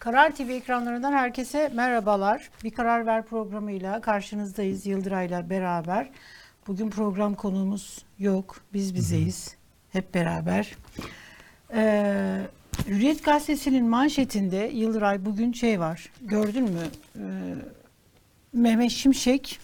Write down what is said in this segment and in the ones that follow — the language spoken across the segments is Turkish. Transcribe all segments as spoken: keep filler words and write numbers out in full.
Karar T V ekranlarından herkese merhabalar. Bir Karar Ver programıyla karşınızdayız Yıldıray'la beraber. Bugün program konuğumuz yok. Biz bizeyiz. Hı hı. Hep beraber. Ee, Hürriyet Gazetesi'nin manşetinde Yıldıray bugün şey var. Gördün mü? Ee, Mehmet Şimşek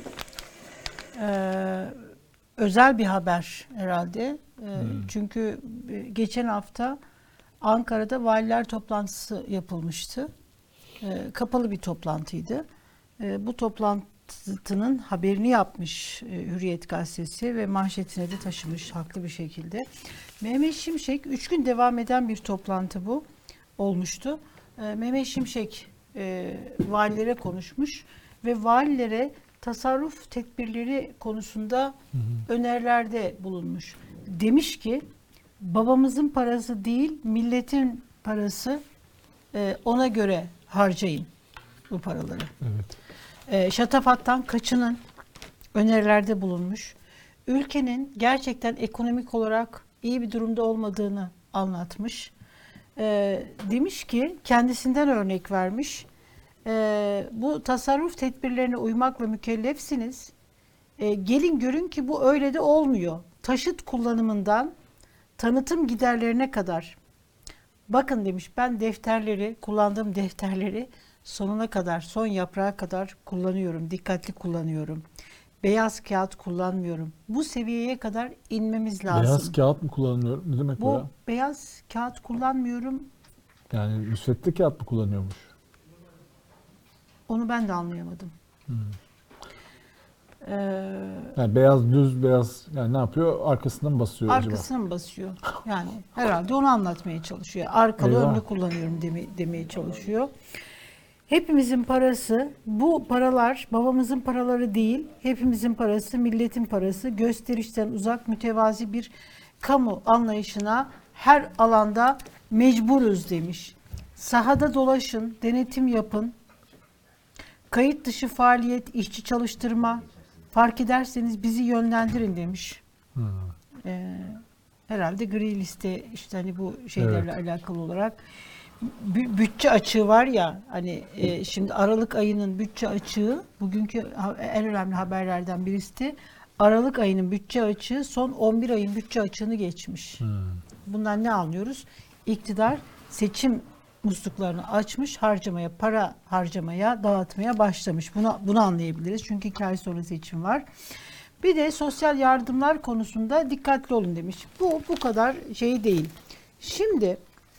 e, özel bir haber herhalde. E, hmm. Çünkü geçen hafta Ankara'da valiler toplantısı yapılmıştı. E, kapalı bir toplantıydı. E, bu toplantının haberini yapmış e, Hürriyet Gazetesi ve manşetine de taşımış haklı bir şekilde. Mehmet Şimşek, üç gün devam eden bir toplantı bu olmuştu. E, Mehmet Şimşek e, valilere konuşmuş ve valilere tasarruf tedbirleri konusunda hı hı. önerilerde bulunmuş. Demiş ki babamızın parası değil, milletin parası, e, ona göre harcayın bu paraları. Evet. E, şatafattan kaçının önerilerde bulunmuş. Ülkenin gerçekten ekonomik olarak iyi bir durumda olmadığını anlatmış. E, demiş ki kendisinden örnek vermiş. E, bu tasarruf tedbirlerine uymakla mükellefsiniz. E, gelin görün ki bu öyle de olmuyor. Taşıt kullanımından tanıtım giderlerine kadar. Bakın demiş, ben defterleri, kullandığım defterleri sonuna kadar, son yaprağa kadar kullanıyorum. Dikkatli kullanıyorum. Beyaz kağıt kullanmıyorum. Bu seviyeye kadar inmemiz lazım. Beyaz kağıt mı kullanıyor? Ne demek bu? Bu beyaz kağıt kullanmıyorum. Yani müsvedde kağıt mı kullanıyormuş? Onu ben de anlayamadım. Hmm. Ee, yani beyaz düz beyaz yani ne yapıyor? Arkasından mı basıyor arkasına acaba? Arkasına mı basıyor? Yani herhalde onu anlatmaya çalışıyor. Arkalı Eyvah. önlü kullanıyorum deme, demeye çalışıyor. Hepimizin parası, bu paralar babamızın paraları değil, hepimizin parası, milletin parası. Gösterişten uzak, mütevazi bir kamu anlayışına her alanda mecburuz demiş. Sahada dolaşın, denetim yapın. Kayıt dışı faaliyet, işçi çalıştırma, fark ederseniz bizi yönlendirin demiş. Hmm. Ee, herhalde gri liste işte hani bu şeylerle evet. alakalı olarak. Bütçe açığı var ya hani e, şimdi Aralık ayının bütçe açığı bugünkü en önemli haberlerden birisi. Aralık ayının bütçe açığı son on bir ayın bütçe açığını geçmiş. Hmm. Bundan ne anlıyoruz? İktidar seçim musluklarını açmış, harcamaya, para harcamaya, dağıtmaya başlamış. Bunu, bunu anlayabiliriz. Çünkü iki ay sonra seçim var. Bir de sosyal yardımlar konusunda dikkatli olun demiş. Bu bu kadar şey değil. Şimdi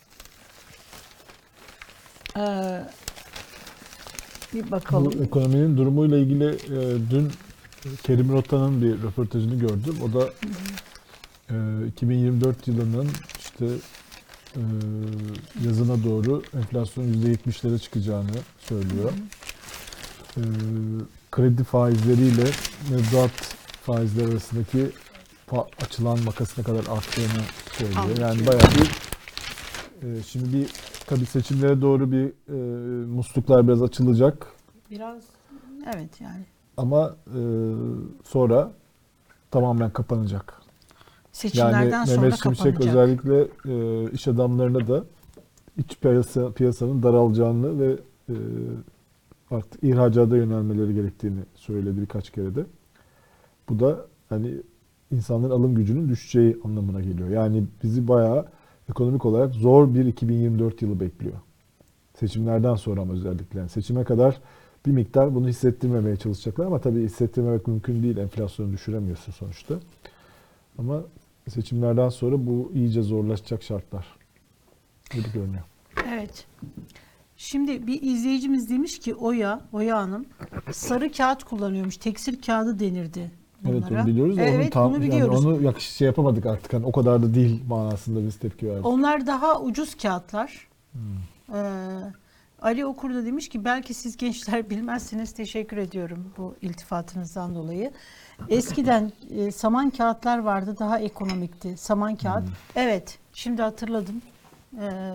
ee, bir bakalım. Bu ekonominin durumuyla ilgili e, dün Kerim Rota'nın bir röportajını gördüm. O da e, iki bin yirmi dört yılının işte e, yazına doğru enflasyon yüzde yetmişlere çıkacağını söylüyor. Hı hı. E, kredi faizleriyle mevduat faizleri arasındaki açılan makasına kadar arttığını söylüyor. Anladım. Yani bayağı bir e, şimdi bir tabii seçimlere doğru bir e, musluklar biraz açılacak. Biraz evet yani. Ama e, sonra tamamen kapanacak. Seçimlerden yani sonra Mehmet Şimşek kapanacak. Özellikle e, iş adamlarına da iç piyasa piyasanın daralacağını ve e, artık ihracata yönelmeleri gerektiğini söyledi birkaç kere de. Bu da hani insanların alım gücünün düşeceği anlamına geliyor. Yani bizi bayağı ekonomik olarak zor bir iki bin yirmi dört yılı bekliyor. Seçimlerden sonra ama özellikle. Yani seçime kadar bir miktar bunu hissettirmemeye çalışacaklar ama tabii hissettirmemek mümkün değil. Enflasyonu düşüremiyorsun sonuçta. Ama seçimlerden sonra bu iyice zorlaşacak şartlar gibi görünüyor. Evet. Şimdi bir izleyicimiz demiş ki Oya, Oya Hanım sarı kağıt kullanıyormuş. Tekstil kağıdı denirdi bunlara. Evet onu biliyoruz. Evet onu tam, bunu biliyoruz. Yani onu yakış şey yapamadık artık. Yani o kadar da değil manasında biz tepki verdik. Onlar daha ucuz kağıtlar. Hmm. Ee, Ali Okur da demiş ki belki siz gençler bilmezsiniz. Teşekkür ediyorum bu iltifatınızdan dolayı. Eskiden e, saman kağıtlar vardı. Daha ekonomikti. Saman kağıt. Hmm. Evet. Şimdi hatırladım. Ee,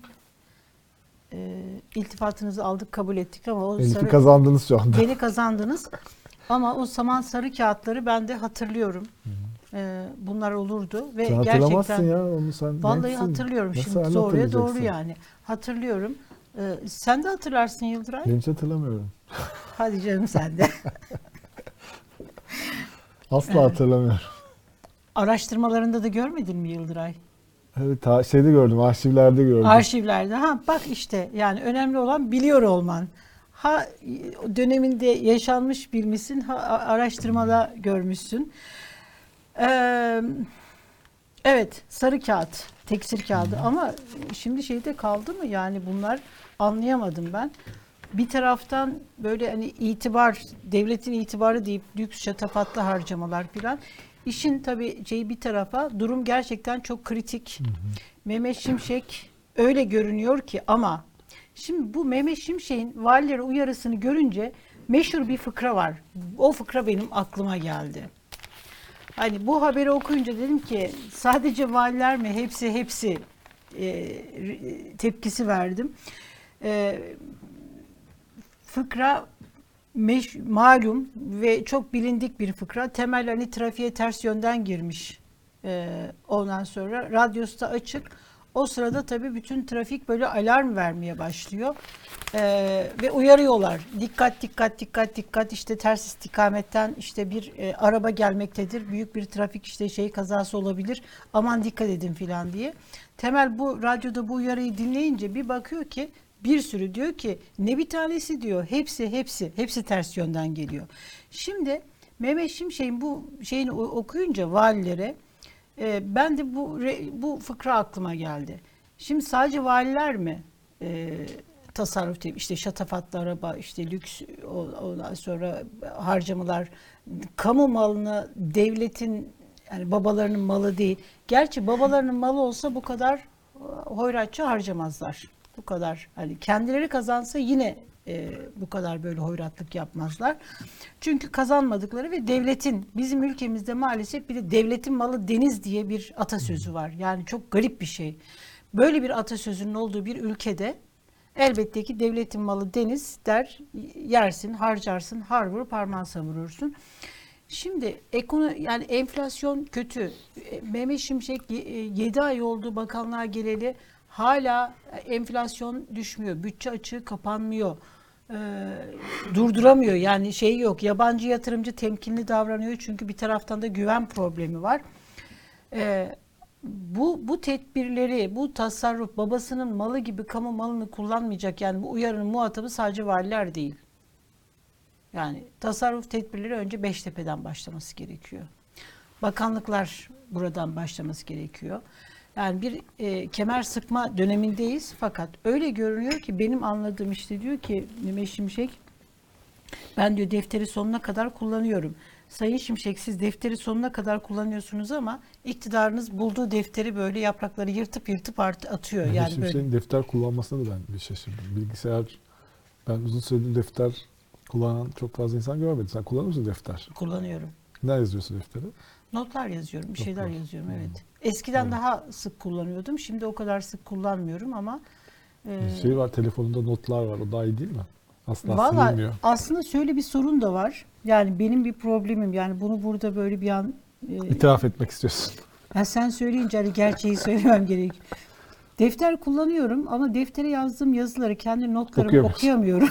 e, iltifatınızı aldık, kabul ettik ama o Elif'i sarı, kazandınız şu anda. Beni kazandınız. Ama o saman sarı kağıtları ben de hatırlıyorum. Hmm. Ee, bunlar olurdu ve sen gerçekten ya onu sen vallahi neysin? hatırlıyorum. Nasıl Şimdi doğruya doğru yani. Hatırlıyorum. Ee, sen de hatırlarsın Yıldıray. Ben hiç hatırlamıyorum. Hadi canım sen de. Asla Evet. hatırlamıyorum. Araştırmalarında da görmedin mi Yıldıray? Evet, ta- şeyde gördüm, arşivlerde gördüm. Arşivlerde. Ha bak işte yani önemli olan biliyor olman. Ha döneminde yaşanmış bilmişsin, ha araştırmada görmüşsün. Ee, evet, sarı kağıt, teksir kağıdı ama şimdi şeyde kaldı mı yani bunlar anlayamadım ben. Bir taraftan böyle hani itibar, devletin itibarı deyip lüks şatafatlı harcamalar filan. İşin tabii şeyi bir tarafa, durum gerçekten çok kritik. Mehmet Şimşek öyle görünüyor ki ama şimdi bu Mehmet Şimşek'in valilere uyarısını görünce meşhur bir fıkra var. O fıkra benim aklıma geldi. Hani bu haberi okuyunca dedim ki sadece valiler mi hepsi hepsi e, tepkisi verdim. E, fıkra meş, malum ve çok bilindik bir fıkra. Temel hani trafiğe ters yönden girmiş. E, ondan sonra radyosu da açık. O sırada tabii bütün trafik böyle alarm vermeye başlıyor. Ee, ve uyarıyorlar. Dikkat dikkat dikkat dikkat işte ters istikametten işte bir e, araba gelmektedir. Büyük bir trafik işte şey kazası olabilir. Aman dikkat edin filan diye. Temel bu radyoda bu uyarıyı dinleyince bir bakıyor ki bir sürü diyor ki ne bir tanesi diyor. Hepsi hepsi hepsi ters yönden geliyor. Şimdi Mehmet Şimşek'in bu şeyini okuyunca valilere e, ben de bu bu fıkra aklıma geldi. Şimdi sadece valiler mi e, tasarruf değil, işte şatafatlı araba, işte lüks, ondan sonra harcamalar, kamu malını devletin yani babalarının malı değil. Gerçi babalarının malı olsa bu kadar hoyratça harcamazlar. Bu kadar hani kendileri kazansa yine e, bu kadar böyle hoyratlık yapmazlar. Çünkü kazanmadıkları ve devletin bizim ülkemizde maalesef bir de devletin malı deniz diye bir atasözü var. Yani çok garip bir şey. Böyle bir atasözünün olduğu bir ülkede elbette ki devletin malı deniz der, yersin, harcarsın, har vur, parmağın savurursun. Şimdi ekonomi yani enflasyon kötü. Mehmet Şimşek yedi ay oldu bakanlığa geleli hala enflasyon düşmüyor. Bütçe açığı kapanmıyor. Ee, durduramıyor. Yani şey yok. Yabancı yatırımcı temkinli davranıyor çünkü bir taraftan da güven problemi var. Ee, Bu, bu tedbirleri, bu tasarruf babasının malı gibi kamu malını kullanmayacak. Yani bu uyarının muhatabı sadece valiler değil. Yani tasarruf tedbirleri önce Beştepe'den başlaması gerekiyor. Bakanlıklar buradan başlaması gerekiyor. Yani bir e, kemer sıkma dönemindeyiz fakat öyle görünüyor ki benim anladığım işte diyor ki Mehmet Şimşek ben diyor defteri sonuna kadar kullanıyorum. Sayın Şimşek siz defteri sonuna kadar kullanıyorsunuz ama iktidarınız bulduğu defteri böyle yaprakları yırtıp yırtıp atıyor. Mehmet Yani Şimşek'in böyle. defter kullanmasına da ben bir şaşırdım. Bilgisayar, ben uzun süredir defter kullanan çok fazla insan görmedim. Sen kullanır mısın defter? Kullanıyorum. Ne yazıyorsun deftere? Notlar yazıyorum, bir şeyler Notlar. yazıyorum Hmm. evet. Eskiden Evet. daha sık kullanıyordum. Şimdi o kadar sık kullanmıyorum ama e, Bir şey var, telefonunda notlar var. O daha iyi değil mi? Asla valla silinmiyor. aslında şöyle bir sorun da var. Yani benim bir problemim. Yani bunu burada böyle bir an e, İtiraf etmek istiyorsun. ya sen söyleyince hani gerçeği söylemem gerek. Defter kullanıyorum ama deftere yazdığım yazıları, kendi notlarımı Okuyamıyorsun. okuyamıyorum.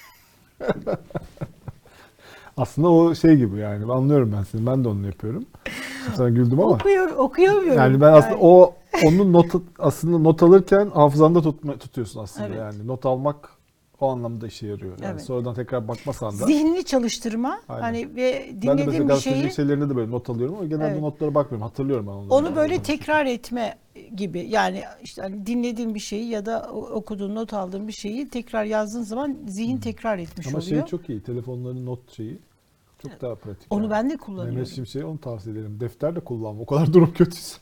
Aslında o şey gibi yani. Anlıyorum ben seni. Ben de onu yapıyorum. Şimdi sana güldüm ama. Okuyor, okuyamıyorum. Yani ben aslında o onun not aslında not alırken hafızanda tutma, tutuyorsun aslında Evet. yani. Not almak o anlamda işe yarıyor. Yani Evet. sonradan tekrar bakmasan da. Zihnini çalıştırma Aynen. hani ve Ben de dinlediğim mesela bir gazetecilik şeyi şeylerinde de böyle not alıyorum ama genelde Evet. notlara bakmıyorum. Hatırlıyorum ben onları. onu böyle tekrar etme gibi. Yani işte hani dinlediğin bir şeyi ya da okuduğun, not aldığın bir şeyi tekrar yazdığın zaman zihin tekrar etmiş Ama oluyor. şey çok iyi. Telefonların not şeyi çok daha pratik. Onu yani. ben de kullanıyorum. Mehmet Şimşek'e onu tavsiye ederim. Defter de kullanma. O kadar durum kötüyse.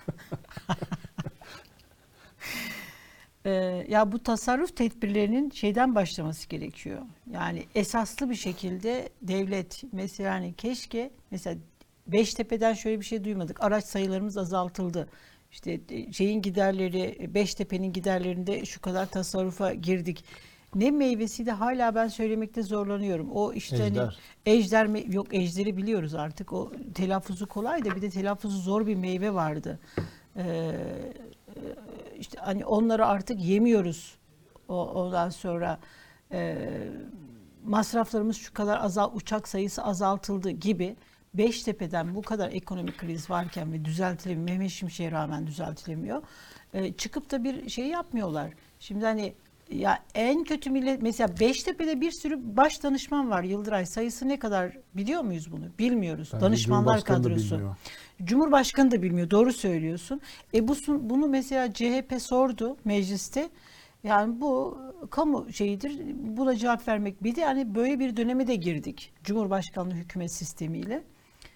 Ee, ya bu tasarruf tedbirlerinin şeyden başlaması gerekiyor. Yani esaslı bir şekilde devlet mesela hani keşke mesela Beştepe'den şöyle bir şey duymadık. Araç sayılarımız azaltıldı. İşte şeyin giderleri, Beştepe'nin giderlerinde şu kadar tasarrufa girdik. Ne meyvesi de hala ben söylemekte zorlanıyorum. O işte Ejder. hani ejder me- yok ejderi biliyoruz artık. O telaffuzu kolay da bir de telaffuzu zor bir meyve vardı. Ee, işte hani onları artık yemiyoruz. O, ondan sonra e, masraflarımız şu kadar azal, uçak sayısı azaltıldı gibi. Beştepe'den bu kadar ekonomik kriz varken ve düzeltilemiyor, Mehmet Şimşek'e rağmen düzeltilemiyor. E, çıkıp da bir şey yapmıyorlar. Şimdi hani ya en kötü millet, mesela Beştepe'de bir sürü baş danışman var. Yıldıray, sayısı ne kadar biliyor muyuz bunu? Bilmiyoruz. Bence Danışmanlar Cumhurbaşkanı da kadrosu. bilmiyor. Cumhurbaşkanı da bilmiyor. Doğru söylüyorsun. E bu bunu mesela C H P sordu mecliste. Yani bu kamu şeyidir. Buna cevap vermek. Bir de hani böyle bir döneme de girdik. Cumhurbaşkanlığı hükümet sistemiyle.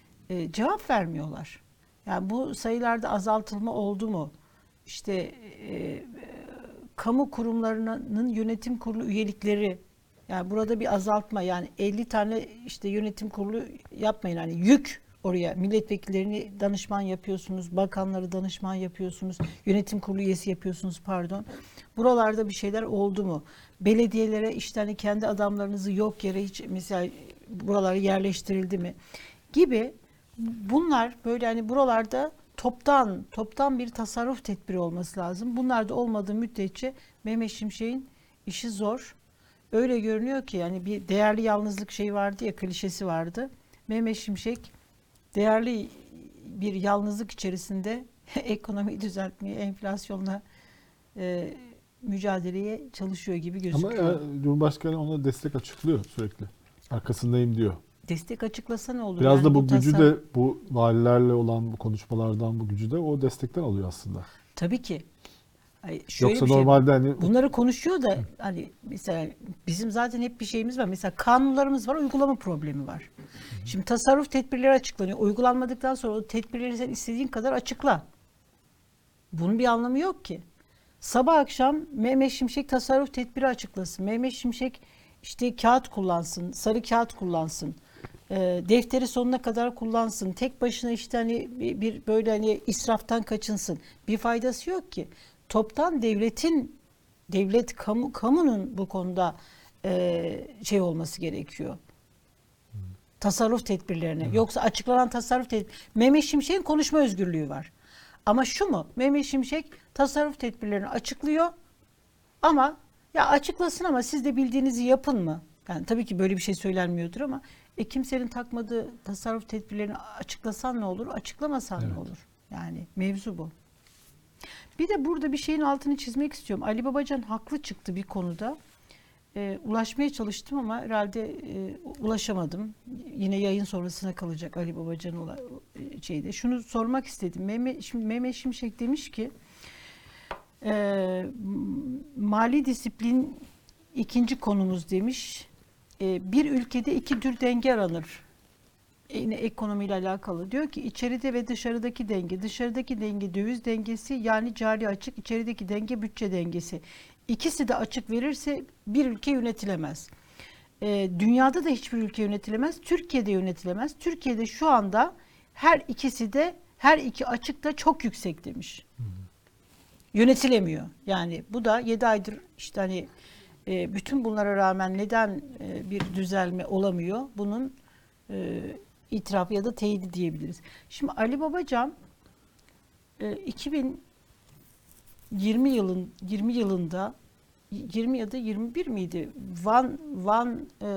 E, cevap vermiyorlar. Yani bu sayılarda azaltılma oldu mu? İşte e, kamu kurumlarının yönetim kurulu üyelikleri, yani burada bir azaltma, yani elli tane işte yönetim kurulu yapmayın, hani yük oraya, milletvekillerini danışman yapıyorsunuz, bakanları danışman yapıyorsunuz, yönetim kurulu üyesi yapıyorsunuz pardon. Buralarda bir şeyler oldu mu? Belediyelere işte hani kendi adamlarınızı yok yere hiç mesela buralara yerleştirildi mi? Gibi bunlar böyle hani buralarda toptan toptan bir tasarruf tedbiri olması lazım. Bunlar da olmadığı müddetçe Mehmet Şimşek'in işi zor. Öyle görünüyor ki yani bir değerli yalnızlık şeyi vardı ya, klişesi vardı. Mehmet Şimşek değerli bir yalnızlık içerisinde ekonomiyi düzeltmeye, enflasyonla e, mücadeleye çalışıyor gibi gözüküyor. Ama ya, Cumhurbaşkanı ona destek açıklıyor sürekli. Arkasındayım diyor. Destek açıklasa ne olur? Biraz yani da bu gücü tasar- de bu valilerle olan bu konuşmalardan bu gücü de o destekten alıyor aslında. Tabii ki. Ay, şöyle Yoksa bir şey var. normalde hani Bunları konuşuyor da hani mesela bizim zaten hep bir şeyimiz var. Mesela kanunlarımız var, uygulama problemi var. Şimdi tasarruf tedbirleri açıklanıyor. Uygulanmadıktan sonra o tedbirleri sen istediğin kadar açıkla. Bunun bir anlamı yok ki. Sabah akşam Mehmet Şimşek tasarruf tedbiri açıklasın. Mehmet Şimşek işte kağıt kullansın, sarı kağıt kullansın. E, defteri sonuna kadar kullansın. Tek başına işte hani bir, bir böyle hani israftan kaçınsın. Bir faydası yok ki. Toptan devletin, devlet kamu kamunun bu konuda e, şey olması gerekiyor. Tasarruf tedbirlerine. Evet. Yoksa açıklanan tasarruf tedbir. Mehmet Şimşek'in konuşma özgürlüğü var. Ama şu mu? Mehmet Şimşek tasarruf tedbirlerini açıklıyor ama ya açıklasın ama siz de bildiğinizi yapın mı? Yani tabii ki böyle bir şey söylenmiyordur ama e, kimsenin takmadığı tasarruf tedbirlerini açıklasan ne olur, açıklamasan Evet. ne olur? Yani mevzu bu. Bir de burada bir şeyin altını çizmek istiyorum. Ali Babacan haklı çıktı bir konuda. E, ulaşmaya çalıştım ama herhalde e, ulaşamadım. Yine yayın sonrasına kalacak Ali Babacan'ın ola- e, şeyde. Şunu sormak istedim. Mehmet, şimdi Mehmet Şimşek demiş ki e, mali disiplin ikinci konumuz demiş. E, bir ülkede iki tür denge aranır. E, yine ekonomiyle alakalı. Diyor ki içeride ve dışarıdaki denge. Dışarıdaki denge döviz dengesi, yani cari açık. İçerideki denge bütçe dengesi. İkisi de açık verirse bir ülke yönetilemez. E, dünyada da hiçbir ülke yönetilemez. Türkiye'de yönetilemez. Türkiye'de şu anda her ikisi de, her iki açık da çok yüksek demiş. Hı hı. Yönetilemiyor. Yani bu da yedi aydır işte hani e, bütün bunlara rağmen neden e, bir düzelme olamıyor? Bunun e, itirafı ya da teyidi diyebiliriz. Şimdi Ali Babacan e, iki bin yirmi yılın yirmi yılında yirmi ya da yirmi bir miydi? Van Van e,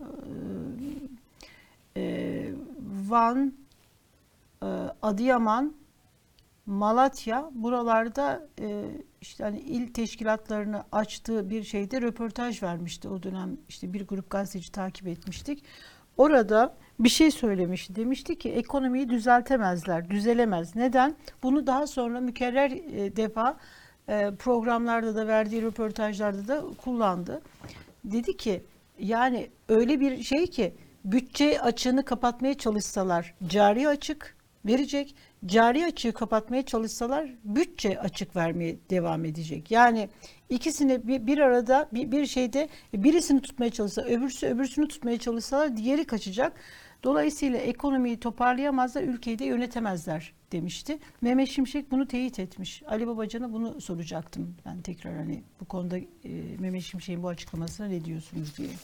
e, Van e, Adıyaman, Malatya, buralarda e, işte hani il teşkilatlarını açtığı bir şeyde röportaj vermişti. O dönem işte bir grup gazeteci takip etmiştik. Orada bir şey söylemişti. Demişti ki ekonomiyi düzeltemezler, düzelemez. Neden? Bunu daha sonra mükerrer e, defa e, programlarda da verdiği röportajlarda da kullandı. Dedi ki yani öyle bir şey ki bütçe açığını kapatmaya çalışsalar cari açık verecek. Cari açığı kapatmaya çalışsalar bütçe açık vermeye devam edecek. Yani ikisini bir, bir arada bir, bir şeyde birisini tutmaya çalışsa, öbürsü öbürsünü tutmaya çalışsalar diğeri kaçacak. Dolayısıyla ekonomiyi toparlayamazlar, ülkeyi de yönetemezler demişti. Mehmet Şimşek bunu teyit etmiş. Ali Babacan'a bunu soracaktım. Ben tekrar hani bu konuda e, Mehmet Şimşek'in bu açıklamasına ne diyorsunuz diye.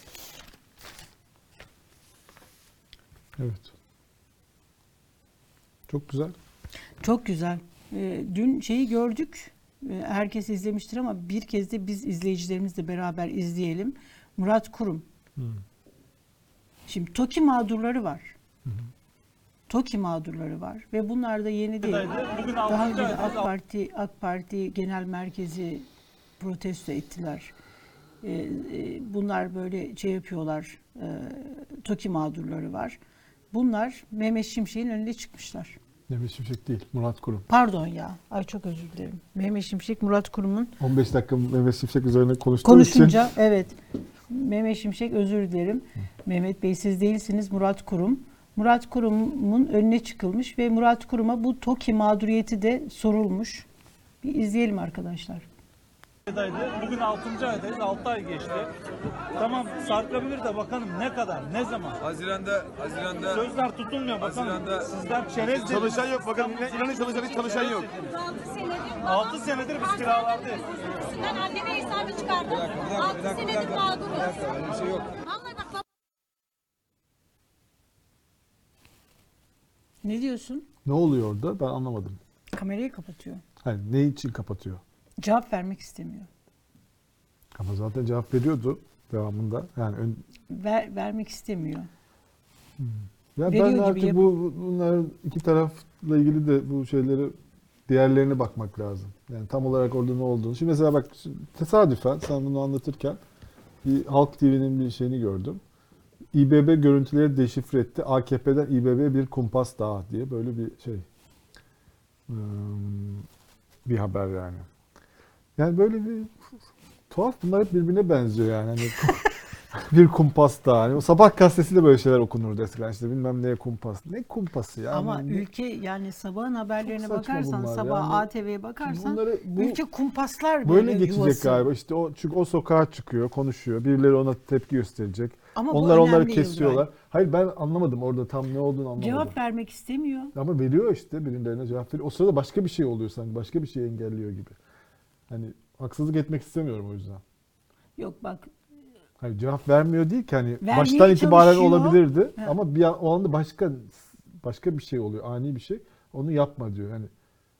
Evet. Çok güzel. Çok güzel. E, dün şeyi gördük. E, Herkes izlemiştir ama bir kez de biz izleyicilerimizle beraber izleyelim. Murat Kurum. Hı. Şimdi TOKİ mağdurları var. Hı hı. TOKİ mağdurları var ve bunlar da yeni değil. Bugün Daha önce de altıncı AK Parti AK Parti Genel Merkezi protesto ettiler. E, e, bunlar böyle şey yapıyorlar. E, TOKİ mağdurları var. Bunlar Mehmet Şimşek'in önüne çıkmışlar. Mehmet Şimşek değil, Murat Kurum. Pardon ya. Ay çok özür dilerim. Mehmet Şimşek, Murat Kurum'un on beş dakika Mehmet Şimşek üzerine konuştuğum konuşunca için. evet. Mehmet Şimşek özür dilerim. Hı. Mehmet Bey siz değilsiniz, Murat Kurum. Murat Kurum'un önüne çıkılmış ve Murat Kurum'a bu TOKİ mağduriyeti de sorulmuş. Bir izleyelim arkadaşlar. Bugün altıncı aydayız. altı ay geçti. Tamam sarkabilir de bakalım ne kadar, ne zaman? Haziranda, Haziranda Sözler tutulmuyor bakalım. Haziran'da- Sizler çerez dediniz. Çalışan yok. Bakın İnanın çalışan hiç çalışan yok. altı senedir biz kiralardayız. Ben anneme hesabı çıkardım. altı senedir mağduruz. öyle bir şey yok. Vallahi bak Ne diyorsun? Ne oluyor orada? Ben anlamadım. Kamerayı kapatıyor. Hani ne için kapatıyor? Cevap vermek istemiyor. Ama zaten cevap veriyordu devamında. Yani ön, Ver, vermek istemiyor. ya Veriyor ben gibi artık yap- bu bunlar iki tarafla ilgili de bu şeyleri diğerlerine bakmak lazım. Yani tam olarak orada ne olduğunu. Şimdi mesela bak tesadüfen sen bunu anlatırken bir Halk T V'nin bir şeyini gördüm. İBB görüntüleri deşifre etti. A K P'den İBB bir kumpas daha diye böyle bir şey. Hmm, bir haber yani. Yani böyle bir tuhaf, bunlar hep birbirine benziyor yani. Hani bir kumpas daha. Hani o Sabah gazetesi de böyle şeyler okunurdu eskiden, işte bilmem neye kumpas. Ne kumpası ya? Ama Yani ülke yani sabahın haberlerine saçma bakarsan, bunlar sabah yani. A T V'ye bakarsan bunları bu ülke kumpaslar böyle böyle geçecek yuvası. galiba. İşte o, çünkü o sokağa çıkıyor, konuşuyor. Birileri ona tepki gösterecek. Ama bu Onlar onları önemli kesiyorlar. Yıldıray. Hayır, ben anlamadım orada tam ne olduğunu anlamadım. Cevap vermek istemiyor. Ama veriyor işte, birilerine cevap veriyor. O sırada başka bir şey oluyor sanki. Başka bir şey engelliyor gibi. Hani haksızlık etmek istemiyorum o yüzden. Yok bak, Hayır, cevap vermiyor değil ki, hani Vermeye baştan itibaren çalışıyor. olabilirdi. Ha. Ama bir an, o anda başka başka bir şey oluyor. Ani bir şey. Onu yapma diyor. Yani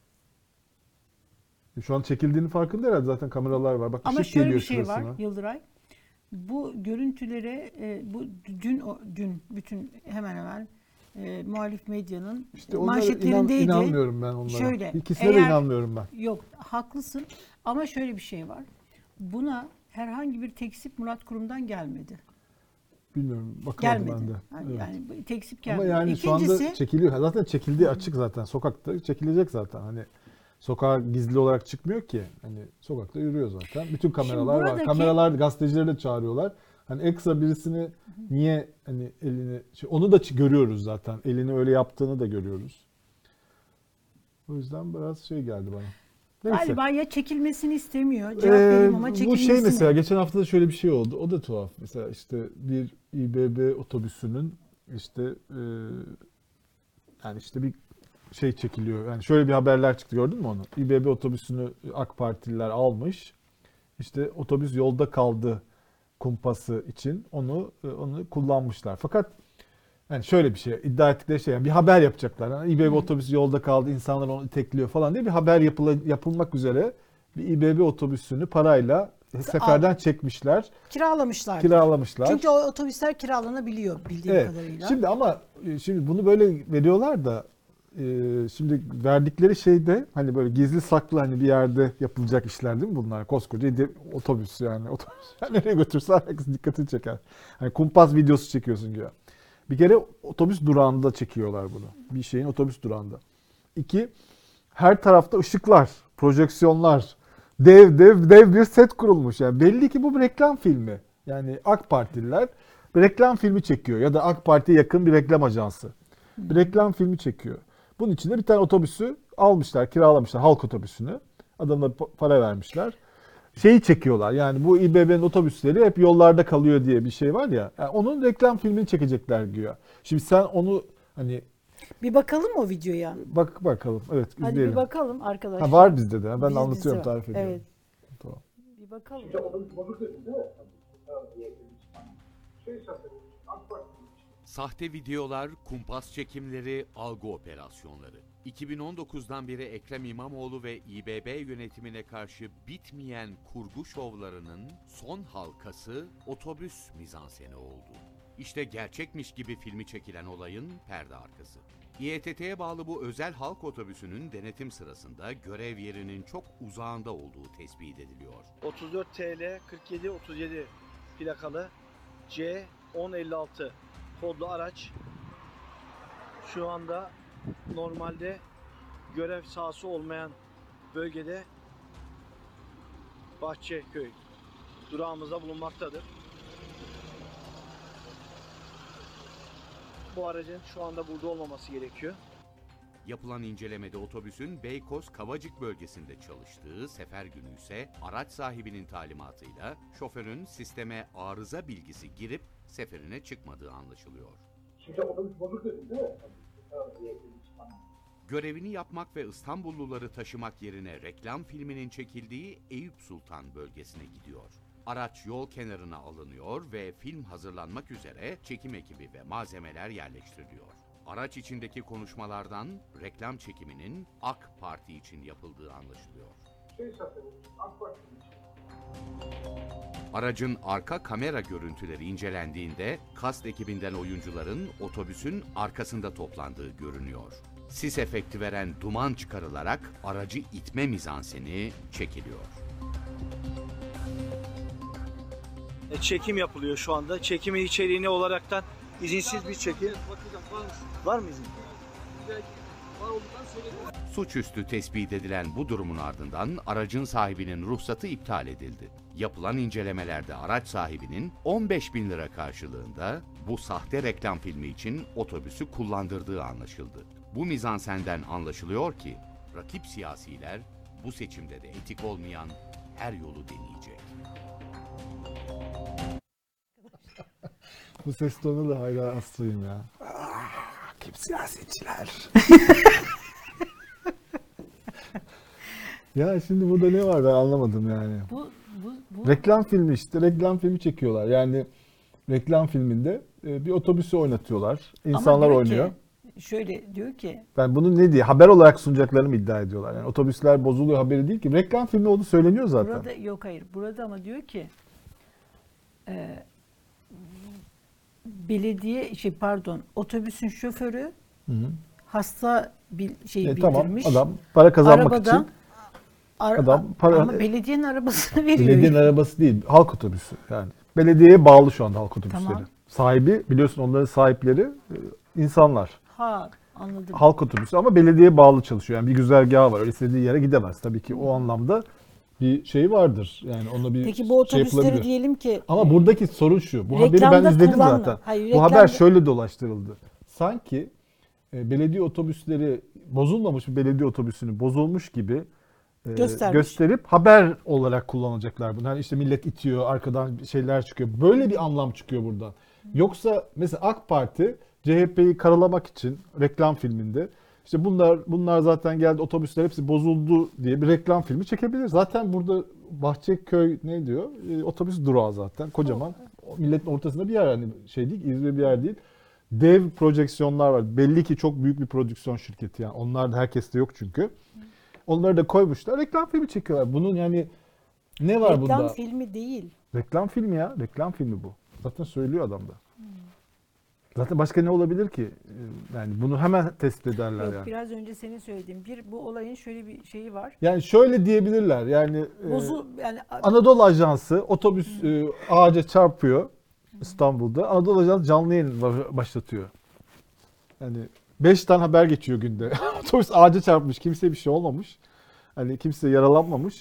şu an çekildiğini farkında herhalde, zaten kameralar var. Bak ama ışık şöyle geliyor bir şey şurasına. var Yıldıray. Bu görüntülere e, bu dün o- dün bütün hemen hemen e, muhalif medyanın İşte onlara inan, manşetlerindeydi. inanmıyorum ben onlara. Şöyle, İkisine de eğer- inanmıyorum ben. Yok, haklısın ama şöyle bir şey var. Buna herhangi bir tekzip Murat Kurum'dan gelmedi. Bilmiyorum. Bakalım Gelmedi. ben de. Yani, Evet. yani bu tekzip Ama gelmedi. yani şu anda İkincisi, çekiliyor. Zaten çekildiği açık zaten. Sokakta çekilecek zaten. Hani sokağa gizli olarak çıkmıyor ki. Hani sokakta yürüyor zaten. Bütün kameralar var. buradaki- Kameralar, gazetecileri de çağırıyorlar. Hani ekstra birisini niye hani elini şey, onu da ç- görüyoruz zaten. Elini öyle yaptığını da görüyoruz. O yüzden biraz şey geldi bana. Neyse. galiba ya çekilmesini istemiyor. Cevap Ee, vereyim ama bu çekilmesini. şey mesela geçen hafta da şöyle bir şey oldu. O da tuhaf. Mesela işte bir İBB otobüsünün işte e, yani işte bir şey çekiliyor. Yani şöyle bir haberler çıktı, gördün mü onu? İBB otobüsünü AK Partililer almış. İşte otobüs yolda kaldı kumpası için onu onu kullanmışlar. Fakat yani şöyle bir şey iddia ettikleri şey, yani bir haber yapacaklar. Yani İBB otobüsü yolda kaldı, insanlar onu itekliyor falan diye bir haber yapıla, yapılmak üzere bir İBB otobüsünü parayla seferden çekmişler, Kiralamışlar. kiralamışlar. Çünkü o otobüsler kiralanabiliyor bildiğim Evet. kadarıyla. Şimdi ama e, şimdi bunu böyle veriyorlar da e, şimdi verdikleri şeyde hani böyle gizli saklı, hani bir yerde yapılacak işler değil mi bunlar? Koskoca ide- otobüs yani. Otobüs yani nereye götürsen herkes dikkatini çeker. Hani kumpas videosu çekiyorsun gibi. Bir kere otobüs durağında çekiyorlar bunu. Bir şeyin otobüs durağında. İki, her tarafta ışıklar, projeksiyonlar, dev dev dev bir set kurulmuş. Yani belli ki bu bir reklam filmi. Yani AK Partililer bir reklam filmi çekiyor ya da AK Parti'ye yakın bir reklam ajansı bir reklam filmi çekiyor. Bunun içinde bir tane otobüsü almışlar, kiralamışlar, halk otobüsünü. Adamına pa- para vermişler. Şeyi çekiyorlar, yani bu İBB'nin otobüsleri hep yollarda kalıyor diye bir şey var ya. Yani onun reklam filmini çekecekler güya. Şimdi sen onu hani Bir bakalım o videoya. bak bakalım. Evet, Hadi izleyelim. bir bakalım arkadaşlar. Ha, var bizde de. Ben Biz- anlatıyorum, bizde var. tarif ediyorum. Evet. Tamam. Bir bakalım. Sahte videolar, kumpas çekimleri, algı operasyonları. iki bin on dokuzdan beri Ekrem İmamoğlu ve İBB yönetimine karşı bitmeyen kurgu şovlarının son halkası otobüs mizanseni oldu. İşte gerçekmiş gibi filmi çekilen olayın perde arkası. İETT'ye bağlı bu özel halk otobüsünün denetim sırasında görev yerinin çok uzağında olduğu tespit ediliyor. otuz dört T L kırk yedi otuz yedi plakalı C on elli altı kodlu araç şu anda normalde görev sahası olmayan bölgede Bahçeköy durağımızda bulunmaktadır. Bu aracın şu anda burada olmaması gerekiyor. Yapılan incelemede otobüsün Beykoz Kavacık bölgesinde çalıştığı, sefer günü ise araç sahibinin talimatıyla şoförün sisteme arıza bilgisi girip seferine çıkmadığı anlaşılıyor. Şimdi otobüs bozuk dedin değil mi? Görevini yapmak ve İstanbulluları taşımak yerine reklam filminin çekildiği Eyüp Sultan bölgesine gidiyor. Araç yol kenarına alınıyor ve film hazırlanmak üzere çekim ekibi ve malzemeler yerleştiriliyor. Araç içindeki konuşmalardan reklam çekiminin AK Parti için yapıldığı anlaşılıyor. Şey zaten AK Parti için. Aracın arka kamera görüntüleri incelendiğinde kast ekibinden oyuncuların otobüsün arkasında toplandığı görünüyor. Sis efekti veren duman çıkarılarak aracı itme mizanseni çekiliyor. E, çekim yapılıyor şu anda. Çekimin içeriğini olaraktan izinsiz bir çekim. Var mı izin? Suçüstü tespit edilen bu durumun ardından aracın sahibinin ruhsatı iptal edildi. Yapılan incelemelerde araç sahibinin on beş bin lira karşılığında bu sahte reklam filmi için otobüsü kullandırdığı anlaşıldı. Bu mizansenden anlaşılıyor ki rakip siyasiler bu seçimde de etik olmayan her yolu deneyecek. Bu ses tonu da hala hastayım ya. Kim siyasetçiler? Ya şimdi burada ne var ben anlamadım yani. Bu, bu, bu Reklam filmi işte. Reklam filmi çekiyorlar. Yani reklam filminde e, bir otobüsü oynatıyorlar. ama İnsanlar diyor oynuyor. Ki, şöyle diyor ki Ben bunu ne diye haber olarak sunacaklarını mı iddia ediyorlar? Yani otobüsler bozuluyor haberi değil ki. Reklam filmi olduğu söyleniyor zaten. burada yok hayır burada ama diyor ki e, belediye şey pardon otobüsün şoförü Hı hı. hasta bir şey E, tamam bildirmiş. adam para kazanmak Arabadan için ara- adam para- ama belediyenin arabasını veriyor. belediyenin arabası değil halk otobüsü yani. Belediyeye bağlı şu anda halk otobüsleri. Tamam. Sahibi biliyorsun onların sahipleri e, insanlar. Ha anladım. Halk otobüsü ama belediyeye bağlı çalışıyor. Yani bir güzergahı var. Öyle istediği yere gidemez. Tabii ki o anlamda bir şey vardır. Yani ona bir Peki bu şey otobüsleri yapılabilir. diyelim ki Ama buradaki sorun şu. Bu haberi ben reklamda izledim kullanma. zaten. Hayır, Bu haber reklamda- şöyle dolaştırıldı. Sanki e, belediye otobüsleri bozulmamış bir belediye otobüsünü bozulmuş gibi e, Göstermiş. gösterip haber olarak kullanacaklar bunu. Hani işte millet itiyor, arkadan şeyler çıkıyor. Böyle bir anlam çıkıyor buradan. Yoksa mesela AK Parti C H P'yi karalamak için reklam filminde işte bunlar bunlar zaten geldi otobüsler hepsi bozuldu diye bir reklam filmi çekebilir. Zaten burada Bahçeköy ne diyor? E, otobüs durağı zaten kocaman. O milletin ortasında bir yer hani şey değil, izbe bir yer değil. Dev projeksiyonlar var. Belli ki çok büyük bir prodüksiyon şirketi yani. Onlar da herkeste yok çünkü. Onları da koymuşlar. Reklam filmi çekiyorlar. Bunun yani ne var reklam bunda? filmi değil. Reklam filmi ya. Reklam filmi bu. Zaten söylüyor adam da. Zaten başka ne olabilir ki? Ee, Yani bunu hemen tespit ederler Yok yani. biraz önce senin söylediğin bir bu olayın şöyle bir şeyi var. Yani şöyle diyebilirler. Yani e, Bozu yani Anadolu Ajansı otobüs e, ağaca çarpıyor İstanbul'da. Anadolu Ajansı canlı yayın ba- başlatıyor. Yani beş tane haber geçiyor günde. Otobüs ağaca çarpmış. Kimseye bir şey olmamış. Hani kimse yaralanmamış.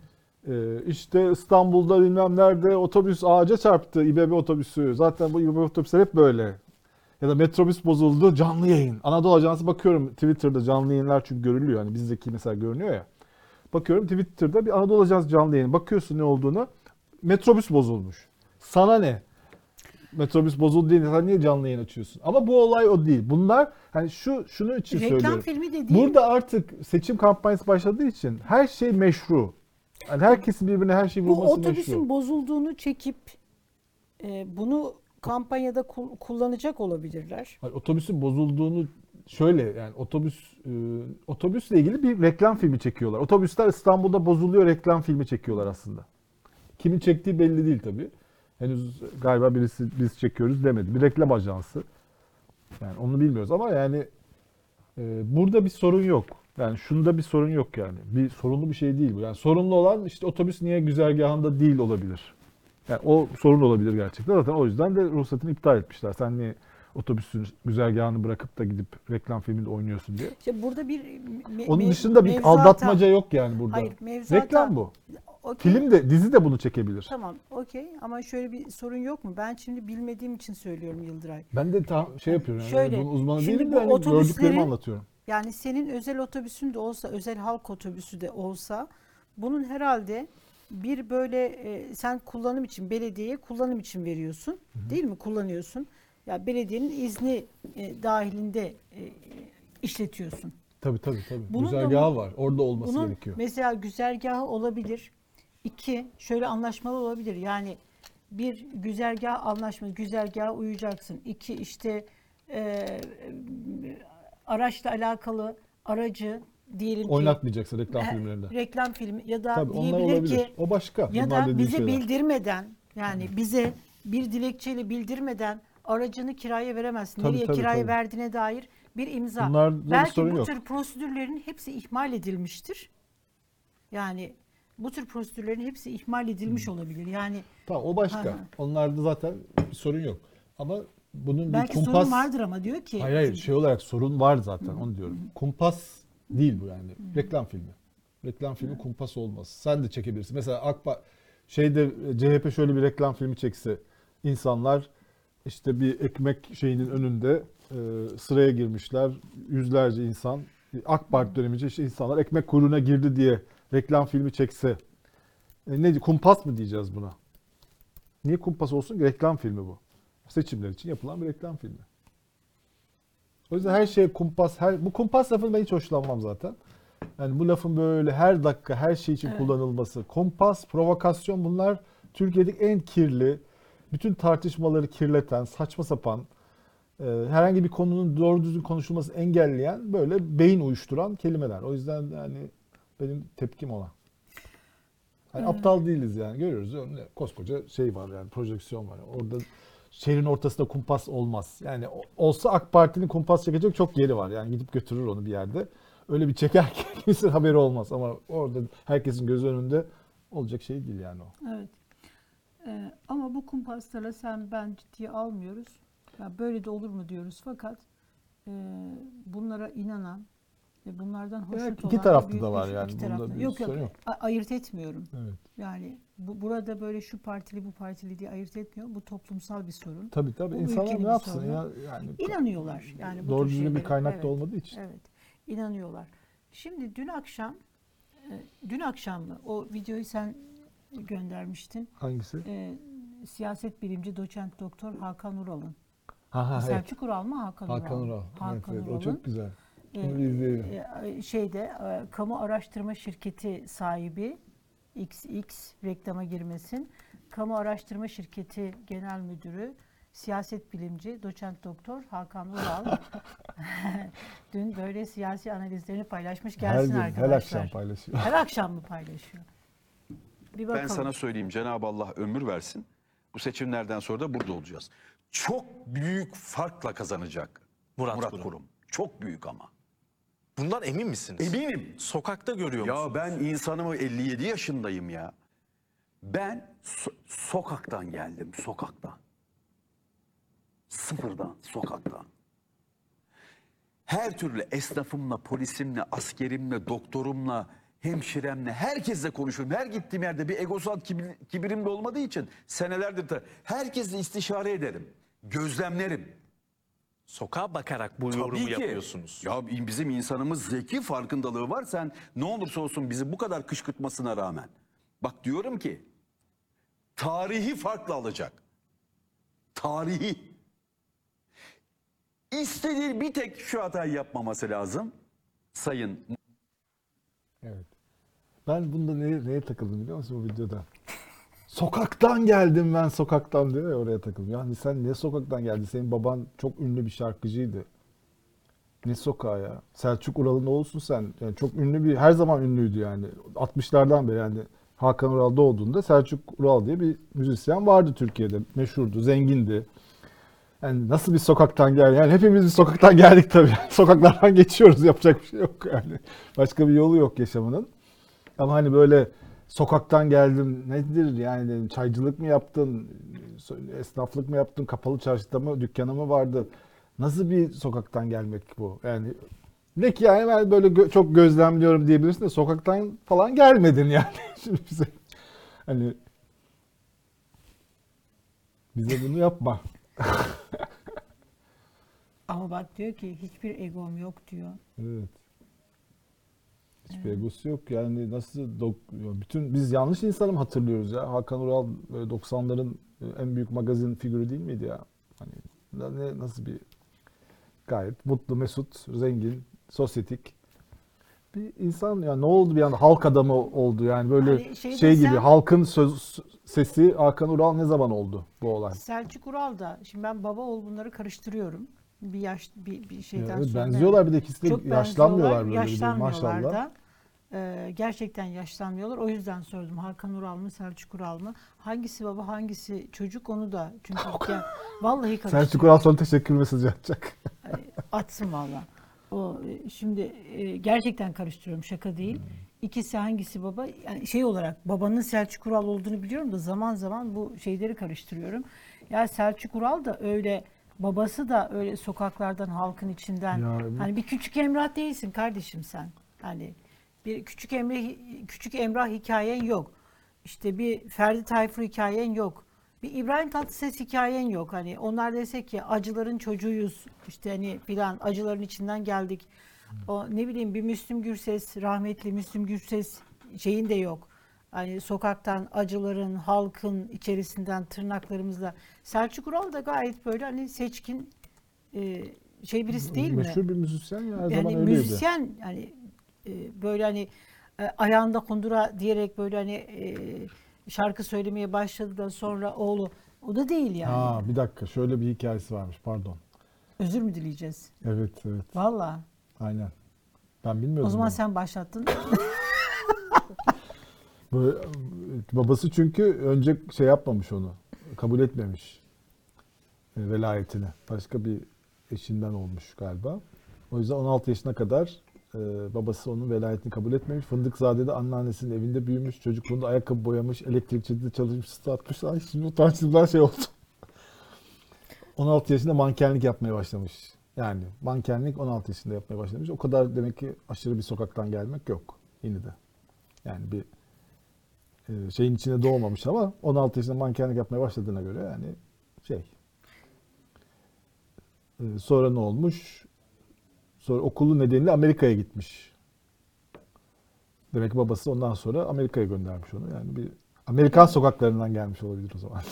Ee, işte İstanbul'da bilmem nerede otobüs ağaca çarptı. İBB otobüsü. Zaten bu İBB otobüsler hep böyle. Ya da metrobüs bozuldu. Canlı yayın. Anadolu Ajansı bakıyorum Twitter'da canlı yayınlar çünkü görülüyor. Hani bizdeki mesela görünüyor ya. Bakıyorum Twitter'da bir Anadolu Ajansı canlı yayın. Bakıyorsun ne olduğunu. Metrobüs bozulmuş. Sana ne? Metrobüs bozuldu diye sen niye canlı yayın açıyorsun? Ama bu olay o değil. Bunlar hani şu şunu için reklam söylüyorum. filmi de değil. Burada artık seçim kampanyası başladığı için her şey meşru. Yani herkesin birbirine her şeyi bu vurması otobüsün meşru. bozulduğunu çekip e, bunu kampanyada kul- kullanacak olabilirler. Hayır, otobüsün bozulduğunu şöyle yani otobüs e, otobüsle ilgili bir reklam filmi çekiyorlar. Otobüsler İstanbul'da bozuluyor reklam filmi çekiyorlar aslında. Kimin çektiği belli değil tabii. Henüz galiba birisi biz çekiyoruz demedi. Bir reklam ajansı. Yani onu bilmiyoruz ama yani e, burada bir sorun yok. Yani şunda bir sorun yok yani. Bir sorunlu bir şey değil bu. Yani sorunlu olan işte otobüs niye güzergahında değil olabilir. Yani o sorun olabilir gerçekten. Zaten o yüzden de ruhsatını iptal etmişler. Sen niye otobüsün güzergahını bırakıp da gidip reklam filminde oynuyorsun diye. İşte burada bir me- Onun mev- dışında bir mevzuata- aldatmaca yok yani burada. Hayır, mevzuata- Reklam bu. Okey. Film de dizi de bunu çekebilir. Tamam, okey, ama şöyle bir sorun yok mu? Ben şimdi bilmediğim için söylüyorum Yıldıray. Ben de tam şey yapıyorum yani. Şöyle, Bunun uzmanı şimdi değilim bu de hani otobüsleri- gördüklerimi anlatıyorum. Yani senin özel otobüsün de olsa, özel halk otobüsü de olsa bunun herhalde bir böyle e, sen kullanım için, belediyeye kullanım için veriyorsun. Hı-hı. Değil mi? Kullanıyorsun. Ya belediyenin izni e, dahilinde e, işletiyorsun. Tabii tabii tabii. Bunun da Güzergahı bu- var. Orada olması Bunun gerekiyor. mesela güzergahı olabilir. İki, şöyle anlaşmalı olabilir. Yani bir güzergah anlaşma, güzergaha uyacaksın. İki, işte e, araçla alakalı aracı diyelim ki Oynatmayacaksın reklam e, filmlerinde. reklam filmi ya da Tabii onlar diyebilir olabilir. ki O başka. ya Bunlar da dediğin bize şeyler. bildirmeden yani bize bir dilekçeyle bildirmeden aracını kiraya veremezsin. Tabii, Nereye tabii, kiraya tabii. verdiğine dair bir imza. Bunlarda bir Belki sorun bu yok. tür prosedürlerin hepsi ihmal edilmiştir. Yani bu tür prosedürlerin hepsi ihmal edilmiş olabilir. Yani Tamam o başka. Hı hı. Onlarda zaten bir sorun yok. Ama bunun belki bir kumpas... sorun vardır ama diyor ki. Hayır hayır çünkü- şey olarak sorun var zaten onu diyorum. Kumpas değil bu yani. Reklam filmi. Reklam filmi kumpas olmaz. Sen de çekebilirsin. Mesela Akba şeyde C H P şöyle bir reklam filmi çekse insanlar işte bir ekmek şeyinin önünde e, sıraya girmişler. Yüzlerce insan AK Parti dönemince işte insanlar ekmek kuyruğuna girdi diye reklam filmi çekse e, ne kumpas mı diyeceğiz buna? Niye kumpas olsun ki? Reklam filmi bu. Seçimler için yapılan bir reklam filmi. O yüzden her şey kumpas. Her, bu kumpas lafını ben hiç hoşlanmam zaten. Yani bu lafın böyle her dakika her şey için Evet. kullanılması. Kumpas, provokasyon bunlar Türkiye'deki en kirli, bütün tartışmaları kirleten, saçma sapan, e, herhangi bir konunun doğru düzgün konuşulmasını engelleyen böyle beyin uyuşturan kelimeler. O yüzden yani benim tepkim ona. Yani Evet. aptal değiliz yani. Görüyoruz. Önünde koskoca şey var yani projeksiyon var. Orada şehrin ortasında kumpas olmaz. Yani o- olsa AK Parti'nin kumpas çekecek çok yeri var. Yani gidip götürür onu bir yerde. Öyle bir çeker ki kimsenin haberi olmaz. Ama orada herkesin gözü önünde olacak şey değil yani o. Evet. Ee, ama bu kumpaslara sen ben ciddiye almıyoruz. Ya böyle de olur mu diyoruz fakat e, bunlara inanan ve bunlardan hoşnut Evet, iki olan tarafta büyük da var bir- yani. iki Bunda tarafta. bir Yok yok, sorun yok. a- ayırt etmiyorum. Evet. Yani bu, burada böyle şu partili bu partili diye ayırt etmiyor. Bu toplumsal bir sorun. Tabii tabii. Bu İnsanlar ülkenin ne bir yapsın sorunu. ya? Yani İnanıyorlar yani bu doğru tür düzgün bir şeylere. kaynak Evet, da olmadığı için. Evet. İnanıyorlar. Şimdi dün akşam e, dün akşam mı o videoyu sen göndermiştin. Hangisi? E, siyaset bilimci doçent doktor Hakan Ural'ın. Ha, ha, evet. Selçuk Ural mı Hakan Ural? Hakan Ural. Hakan Evet, evet. O Ural'ın, çok güzel. e, Onu izleyelim. e, şeyde e, kamu araştırma şirketi sahibi X X reklama girmesin. Kamu araştırma şirketi genel müdürü siyaset bilimci doçent doktor Hakan Ural dün böyle siyasi analizlerini paylaşmış. Her Gelsin gün, arkadaşlar. her akşam paylaşıyor. Her akşam mı paylaşıyor? Bir bakalım. Ben sana söyleyeyim, Cenab-ı Allah ömür versin. Bu seçimlerden sonra da burada olacağız. Çok büyük farkla kazanacak Murat, Murat, Kurum. Kurum. Çok büyük ama. Bundan emin misiniz? Eminim. Sokakta görüyor musunuz? Ya ben insanımı elli yedi yaşındayım ya. Ben so- sokaktan geldim, sokaktan. Sıfırdan, sokaktan. Her türlü esnafımla, polisimle, askerimle, doktorumla, hemşiremle, herkesle konuşurum. Her gittiğim yerde bir egosal kibir, kibirim de olmadığı için senelerdir de herkesle istişare ederim. Gözlemlerim. Sokağa bakarak bu Tabii yorumu ki. yapıyorsunuz. Ya bizim insanımız zeki farkındalığı var. Sen ne olursa olsun bizi bu kadar kışkırtmasına rağmen. Bak diyorum ki tarihi farklı alacak. Tarihi. İstediği bir tek şu hatayı yapmaması lazım. Sayın Evet. Ben bunda neye, neye takıldım biliyor musun bu videoda? Sokaktan geldim ben sokaktan diyor ya, oraya takıldım. Yani sen ne sokaktan geldin? Senin baban çok ünlü bir şarkıcıydı. Ne sokağı ya? Selçuk Ural'ın oğlusun sen. Yani çok ünlü bir, her zaman ünlüydü yani. altmışlardan beri yani Hakan Ural doğduğunda Selçuk Ural diye bir müzisyen vardı Türkiye'de. Meşhurdu, zengindi. Yani nasıl bir sokaktan geldi? Yani hepimiz bir sokaktan geldik tabii. Sokaklardan geçiyoruz, yapacak bir şey yok yani. Başka bir yolu yok yaşamının. Ama hani böyle sokaktan geldim nedir yani, dedim, çaycılık mı yaptın, esnaflık mı yaptın, kapalı çarşıda mı, dükkanı mı vardı? Nasıl bir sokaktan gelmek bu? Yani ne ki yani, ben böyle gö- çok gözlemliyorum diyebilirsin de sokaktan falan gelmedin yani. Şimdi bize hani bize bunu yapma. Ama bak diyor ki hiçbir egom yok diyor. Evet. Hiçbir egosu yok yani, nasıl dok- bütün biz yanlış insanı mı hatırlıyoruz ya? Hakan Ural böyle doksanların en büyük magazin figürü değil miydi ya? Hani ne, nasıl bir gayet mutlu, mesut, zengin, sosyetik bir insan ya. Ne oldu bir anda halk adamı oldu yani, böyle Hani şey şey desem- gibi halkın söz sesi Hakan Ural ne zaman oldu bu olay? Selçuk Ural da, şimdi ben baba oğul bunları karıştırıyorum. Bir yaş bir, bir şeyden Evet, sonra. benziyorlar, bir de ikisi de Çok yaşlanmıyorlar böyle bir de, yaşlanmıyorlar maşallah. da. Ee, gerçekten yaşlanmıyorlar. O yüzden sordum, Hakan Ural mı Selçuk Ural mı? Hangisi baba hangisi çocuk, onu da çünkü ya, vallahi karıştırıyorum. Selçuk Ural sonra teşekkür mesajı atacak. Hani atsın valla. O e, şimdi e, gerçekten karıştırıyorum, şaka değil. İkisi hangisi baba? Yani şey olarak babanın Selçuk Ural olduğunu biliyorum da zaman zaman bu şeyleri karıştırıyorum. Ya Selçuk Ural da öyle, babası da öyle sokaklardan, halkın içinden. Ya evet. Hani bir küçük Emrah değilsin kardeşim sen. Hani bir küçük Emrah küçük Emrah hikayen yok. İşte bir Ferdi Tayfur hikayen yok. Bir İbrahim Tatlıses hikayen yok. Hani onlar desek ki acıların çocuğuyuz. İşte hani filan, acıların içinden geldik. O ne bileyim, bir Müslüm Gürses, rahmetli Müslüm Gürses şeyin de yok. Hani sokaktan, acıların, halkın içerisinden tırnaklarımızla. Selçuk Ural da gayet böyle hani seçkin e, şey birisi değil mi? Meşhur bir müzisyen ya, her Yani zaman öyleydi. müzisyen yani e, böyle hani e, ayağında kundura diyerek böyle hani e, şarkı söylemeye başladı da sonra oğlu, o da değil yani. Ha bir dakika, şöyle bir hikayesi varmış, pardon. Özür mü dileyeceğiz? Evet evet, Vallahi. aynen. Ben bilmiyordum. O zaman bunu. sen başlattın. Böyle, babası çünkü önce şey yapmamış onu. Kabul etmemiş e, velayetini. Başka bir eşinden olmuş galiba. O yüzden on altı yaşına kadar e, babası onun velayetini kabul etmemiş. Fındıkzade'de anneannesinin evinde büyümüş. Çocukluğunda ayakkabı boyamış, elektrikçide çalışmış, satmış. Ay şimdi utançlıktan şey oldu. on altı yaşında mankenlik yapmaya başlamış. Yani mankenlik on altı yaşında yapmaya başlamış. O kadar demek ki aşırı bir sokaktan gelmek yok yine de. Yani bir e, şeyin içine doğmamış ama on altı yaşında mankenlik yapmaya başladığına göre yani şey. E, sonra ne olmuş? Sonra okulu nedeniyle Amerika'ya gitmiş. Demek ki babası ondan sonra Amerika'ya göndermiş onu. Yani bir Amerikan sokaklarından gelmiş olabilir o zaman.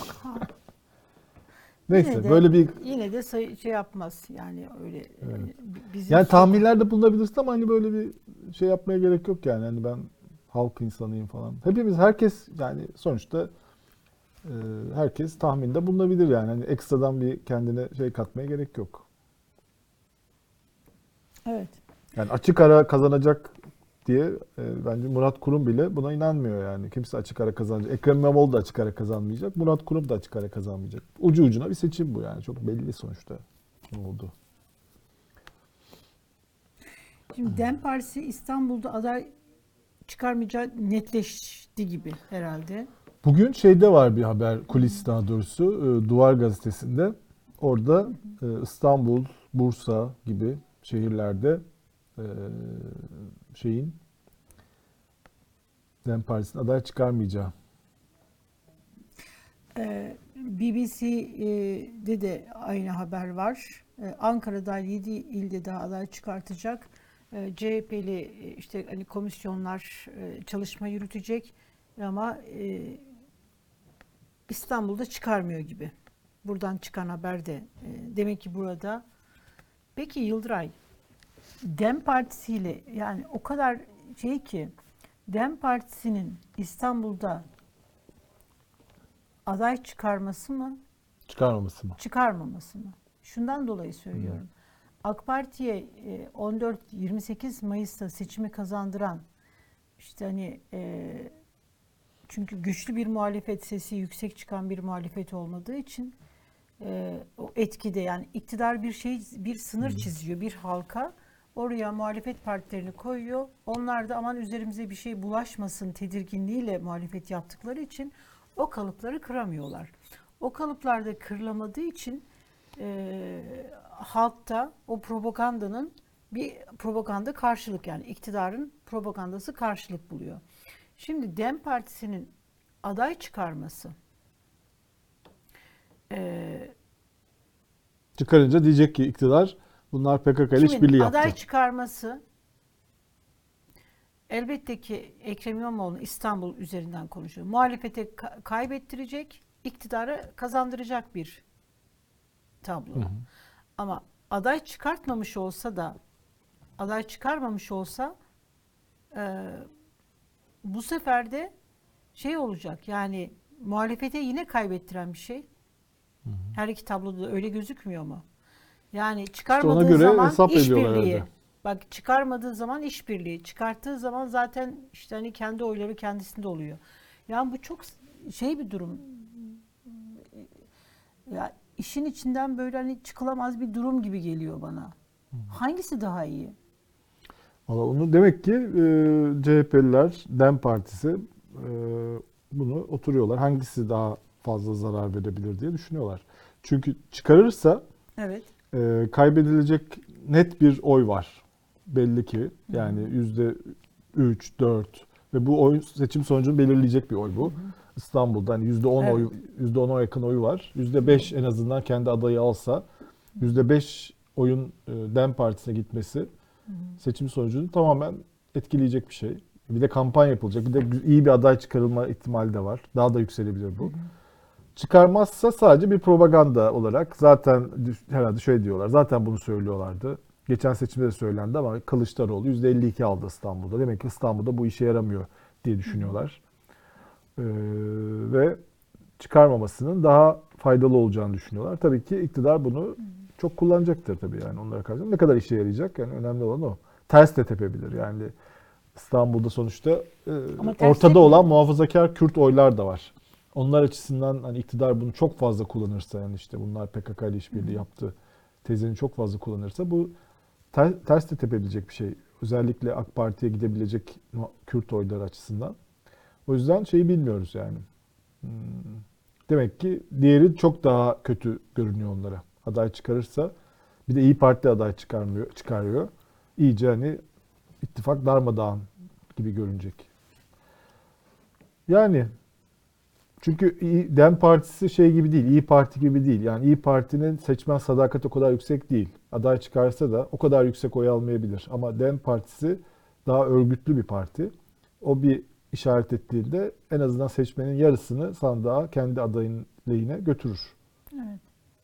Neyse Yine de- böyle bir yine de say- şey yapmaz yani öyle. Evet. e, bizim yani sokak- tahminlerde bulunabilirsin ama hani böyle bir şey yapmaya gerek yok yani. Hani ben halk insanıyım falan. Hepimiz, herkes yani sonuçta e, herkes tahminde bulunabilir yani. Hani ekstradan bir kendine şey katmaya gerek yok. Evet. Yani açık ara kazanacak diye e, bence Murat Kurum bile buna inanmıyor yani. Kimse açık ara kazanacak. Ekrem İmamoğlu da açık ara kazanmayacak. Murat Kurum da açık ara kazanmayacak. Ucu ucuna bir seçim bu yani. Çok belli sonuçta ne oldu. Şimdi Dem Partisi İstanbul'da aday çıkarmayacağı netleşti gibi herhalde. Bugün şeyde var bir haber, kulis daha doğrusu, e, Duvar Gazetesi'nde. Orada e, İstanbul, Bursa gibi şehirlerde e, şeyin Dem Partisi'nin aday çıkarmayacağı. Ee, B B C'de de aynı haber var. Ee, Ankara'da yedi ilde daha aday çıkartacak. Ee, C H P'li e, işte hani komisyonlar e, çalışma yürütecek ama e, İstanbul'da çıkarmıyor gibi. Buradan çıkan haber de e, demek ki burada. Peki Yıldıray, Dem Partisi ile yani o kadar şey ki, Dem Partisi'nin İstanbul'da aday çıkarması mı, Çıkarmaması mı? çıkarmaması mı? Şundan dolayı söylüyorum. AK Parti'ye e, on dört yirmi sekiz Mayıs'ta seçimi kazandıran, işte hani e, çünkü güçlü bir muhalefet, sesi yüksek çıkan bir muhalefet olmadığı için e, o etkide, yani iktidar bir şey, bir sınır çiziyor bir halka, oraya muhalefet partilerini koyuyor. Onlar da aman üzerimize bir şey bulaşmasın tedirginliğiyle muhalefet yaptıkları için o kalıpları kıramıyorlar. O kalıplarda kırılamadığı için e, halkta o propagandanın bir propaganda karşılık, yani iktidarın propagandası karşılık buluyor. Şimdi Dem Partisi'nin aday çıkarması e, Çıkarınca diyecek ki iktidar bunlar P K K ile kimin işbirliği yaptı. aday çıkarması elbette ki Ekrem İmamoğlu İstanbul üzerinden konuşuyor. Muhalefete ka- kaybettirecek, iktidara kazandıracak bir tablo. Hı hı. Ama aday çıkartmamış olsa da, aday çıkarmamış olsa e, bu sefer de şey olacak, yani muhalefete yine kaybettiren bir şey. Hı hı. Her iki tabloda da öyle gözükmüyor mu? Yani İşte ona çıkarmadığı göre zaman hesap ediyorlar işbirliği. herhalde. Bak, çıkarmadığı zaman işbirliği, çıkarttığı zaman zaten işte hani kendi oyları kendisinde oluyor. Yani bu çok şey bir durum. Ya işin içinden böyle hani çıkılamaz bir durum gibi geliyor bana. Hangisi daha iyi? Valla onu demek ki e, C H P'liler, Dem Partisi e, bunu oturuyorlar. Hangisi daha fazla zarar verebilir diye düşünüyorlar. Çünkü çıkarırsa Evet. e, kaybedilecek net bir oy var. Belli ki yani yüzde üç, dört ve bu oy seçim sonucunu belirleyecek bir oy bu. Hı hı. İstanbul'da hani yüzde on Evet. oy, yüzde ona yakın oyu var. yüzde beş en azından kendi adayı alsa, yüzde beş oyun e, Dem Partisi'ne gitmesi hı hı. seçim sonucunu tamamen etkileyecek bir şey. Bir de kampanya yapılacak. Bir de iyi bir aday çıkarılma ihtimali de var. Daha da yükselebilir bu. Hı hı. Çıkarmazsa sadece bir propaganda olarak, zaten herhalde şöyle diyorlar. Zaten bunu söylüyorlardı. Geçen seçimde de söylendi ama Kılıçdaroğlu yüzde elli iki aldı İstanbul'da. Demek ki İstanbul'da bu işe yaramıyor diye düşünüyorlar. Ee, ve çıkarmamasının daha faydalı olacağını düşünüyorlar. Tabii ki iktidar bunu çok kullanacaktır tabii, yani onlara karşı. Ne kadar işe yarayacak? Yani önemli olan o. Ters de tepebilir. Yani İstanbul'da sonuçta e, ortada olan muhafazakar Kürt oylar da var. Onlar açısından hani iktidar bunu çok fazla kullanırsa, yani işte bunlar P K K ile işbirliği yaptı tezini çok fazla kullanırsa bu ter, ters de tepebilecek bir şey. Özellikle AK Parti'ye gidebilecek Kürt oyları açısından. O yüzden şeyi bilmiyoruz yani. Hmm. Demek ki diğeri çok daha kötü görünüyor onlara. Aday çıkarırsa, bir de İyi Parti aday çıkarmıyor, çıkarıyor. İyice hani ittifak darmadağın gibi görünecek. Yani çünkü Dem Partisi şey gibi değil, İyi Parti gibi değil. Yani İyi Parti'nin seçmen sadakati o kadar yüksek değil. Aday çıkarsa da o kadar yüksek oy almayabilir. Ama Dem Partisi daha örgütlü bir parti. O bir işaret ettiğinde en azından seçmenin yarısını sandığa kendi adayın lehine götürür. Evet.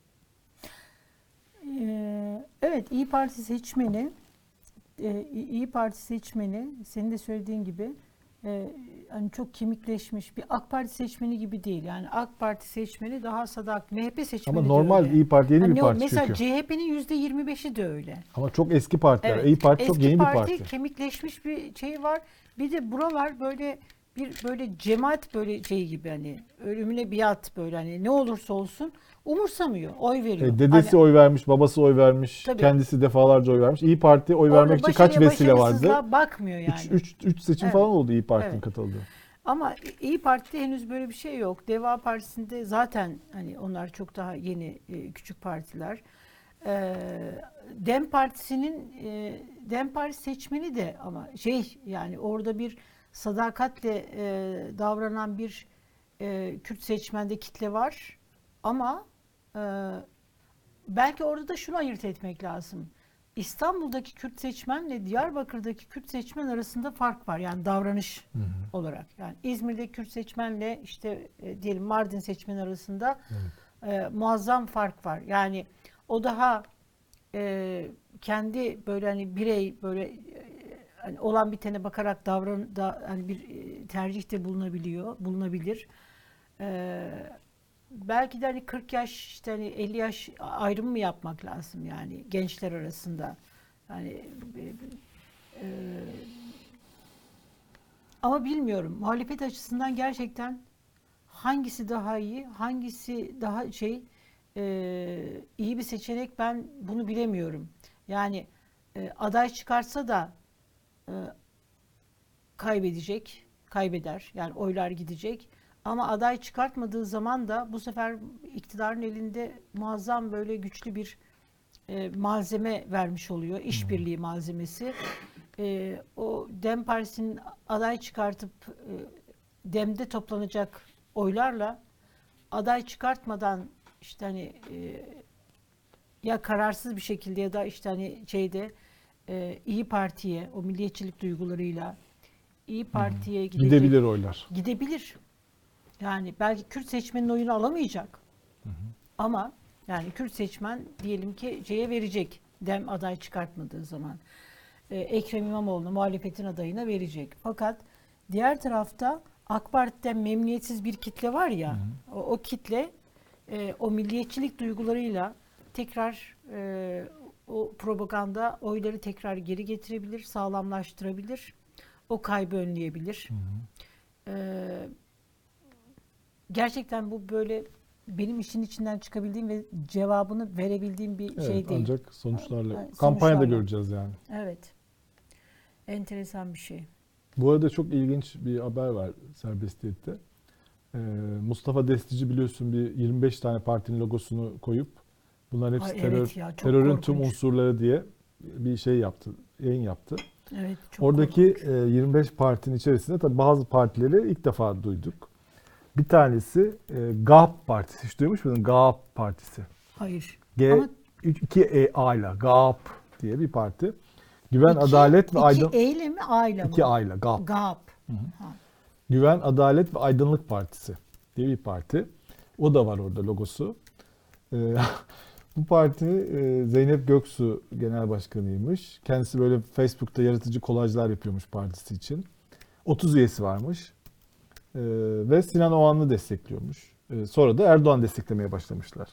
Ee, evet, İyi Parti seçmeni, e, İyi Parti seçmeni senin de söylediğin gibi e, hani çok kemikleşmiş bir AK Parti seçmeni gibi değil. Yani AK Parti seçmeni daha sadak, M H P seçmeni ama de normal öyle. İyi Parti yeni hani bir o, parti mesela çünkü. C H P'nin yüzde yirmi beşi de öyle. Ama çok eski partiler. Evet, İyi Parti çok eski yeni parti, bir parti. kemikleşmiş bir şey var. Bir de buralar böyle bir böyle cemaat böyle şey gibi, hani ölümüne biat, böyle hani ne olursa olsun umursamıyor, oy veriyor. E, dedesi hani, oy vermiş, babası oy vermiş, tabii, kendisi defalarca oy vermiş. İyi Parti oy vermek için kaç vesile vardı? Bakmıyor yani. üç seçim Evet. falan oldu İyi Parti'nin Evet. katıldığı. Ama İyi Parti'de henüz böyle bir şey yok. Deva Partisi'nde zaten hani onlar çok daha yeni e, küçük partiler. E, Dem Partisi'nin e, Dem Parti seçmeni de ama şey, yani orada bir sadakatle e, davranan bir e, Kürt seçmende kitle var. Ama e, belki orada da şunu ayırt etmek lazım. İstanbul'daki Kürt seçmenle Diyarbakır'daki Kürt seçmen arasında fark var. Yani davranış hı hı. olarak. Yani İzmir'deki Kürt seçmenle işte e, diyelim Mardin seçmen arasında evet. e, muazzam fark var. Yani o daha e, kendi böyle hani birey böyle e, hani olan bitene bakarak davran da hani bir e, tercihte bulunabiliyor, bulunabilir. E, belki de hani kırk yaş işte hani elli yaş ayrımı mı yapmak lazım yani gençler arasında. Yani e, e, ama bilmiyorum. Muhalefet açısından gerçekten hangisi daha iyi, hangisi daha şey e, iyi bir seçenek ben bunu bilemiyorum. Yani e, aday çıkarsa da e, kaybedecek, kaybeder. Yani oylar gidecek. Ama aday çıkartmadığı zaman da bu sefer iktidarın elinde muazzam böyle güçlü bir e, malzeme vermiş oluyor. İşbirliği malzemesi. E, o Dem Partisi'nin aday çıkartıp e, Dem'de toplanacak oylarla aday çıkartmadan işte hani e, ya kararsız bir şekilde ya da işte hani şeyde e, İyi Parti'ye o milliyetçilik duygularıyla İyi Parti'ye gidecek. Gidebilir oylar. Gidebilir. Yani belki Kürt seçmenin oyunu alamayacak. Hı hı. Ama yani Kürt seçmen diyelim ki şeye verecek. Dem aday çıkartmadığı zaman. Ee, Ekrem İmamoğlu'na muhalefetin adayına verecek. Fakat diğer tarafta AK Parti'den memnuniyetsiz bir kitle var ya. Hı hı. O, o kitle e, o milliyetçilik duygularıyla tekrar e, o propaganda oyları tekrar geri getirebilir, sağlamlaştırabilir. O kaybı önleyebilir. Hı hı. Ee, gerçekten bu böyle benim işin içinden çıkabildiğim ve cevabını verebildiğim bir Evet, şey değil. Ancak sonuçlarla, Yani kampanyada sonuçlarla. göreceğiz yani. Evet. Enteresan bir şey. Bu arada çok ilginç bir haber var serbestiyette. Ee, Mustafa Destici biliyorsun bir yirmi beş tane partinin logosunu koyup bunların hepsi Ay, terör, evet ya, çok terörün tüm korkunç. unsurları diye bir şey yaptı, yayın yaptı. Evet, çok Oradaki korkunç. e, yirmi beş partinin içerisinde tabii bazı partileri ilk defa duyduk. Bir tanesi e, GAP Partisi. Hiç duymuş muydun? GAP Partisi. Hayır. G Ama iki E A ile GAP diye bir parti. Güven, iki, Adalet ve Aydın iki eyle mi A'yla mı? iki A ile GAP. GAP. Güven, Adalet ve Aydınlık Partisi diye bir parti. O da var orada logosu. Ee, bu parti e, Zeynep Göksu genel başkanıymış. Kendisi böyle Facebook'ta yaratıcı kolajlar yapıyormuş partisi için. otuz üyesi varmış. Ee, ve Sinan Oğan'ı destekliyormuş. Ee, sonra da Erdoğan desteklemeye başlamışlar.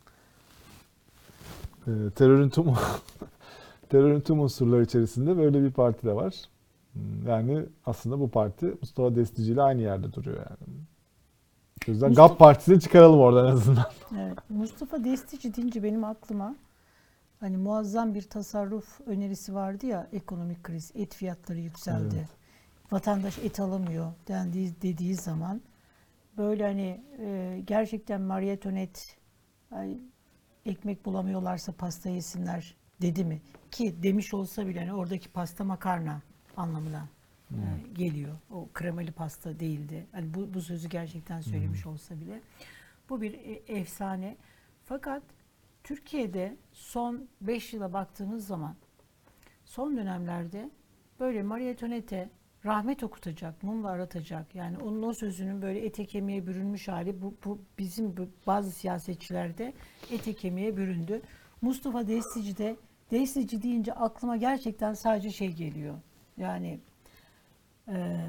Ee, terörün tüm terörün tüm unsurları içerisinde böyle bir parti de var. Yani aslında bu parti Mustafa Destici ile aynı yerde duruyor yani. O yüzden Mustafa- GAP Partisi'ni çıkaralım oradan en azından. Evet. Mustafa Destici deyince benim aklıma hani muazzam bir tasarruf önerisi vardı ya, ekonomik kriz, et fiyatları yükseldi. Evet. Vatandaş et alamıyor dendiği dediği zaman böyle hani e, gerçekten Marie Antoinette ay, ekmek bulamıyorlarsa pasta yesinler dedi mi? Ki demiş olsa bile hani oradaki pasta makarna anlamına Hmm. e, geliyor. O kremalı pasta değildi. Hani bu, bu sözü gerçekten söylemiş Hmm. olsa bile. Bu bir e, efsane. Fakat Türkiye'de son beş yıla baktığımız zaman son dönemlerde böyle Marie Antoinette'e rahmet okutacak, mumla aratacak. Yani onun o sözünün böyle ete kemiğe bürünmüş hali bu, bu bizim bu, bazı siyasetçilerde ete kemiğe büründü. Mustafa Destici de Destici deyince aklıma gerçekten sadece şey geliyor. Yani eee,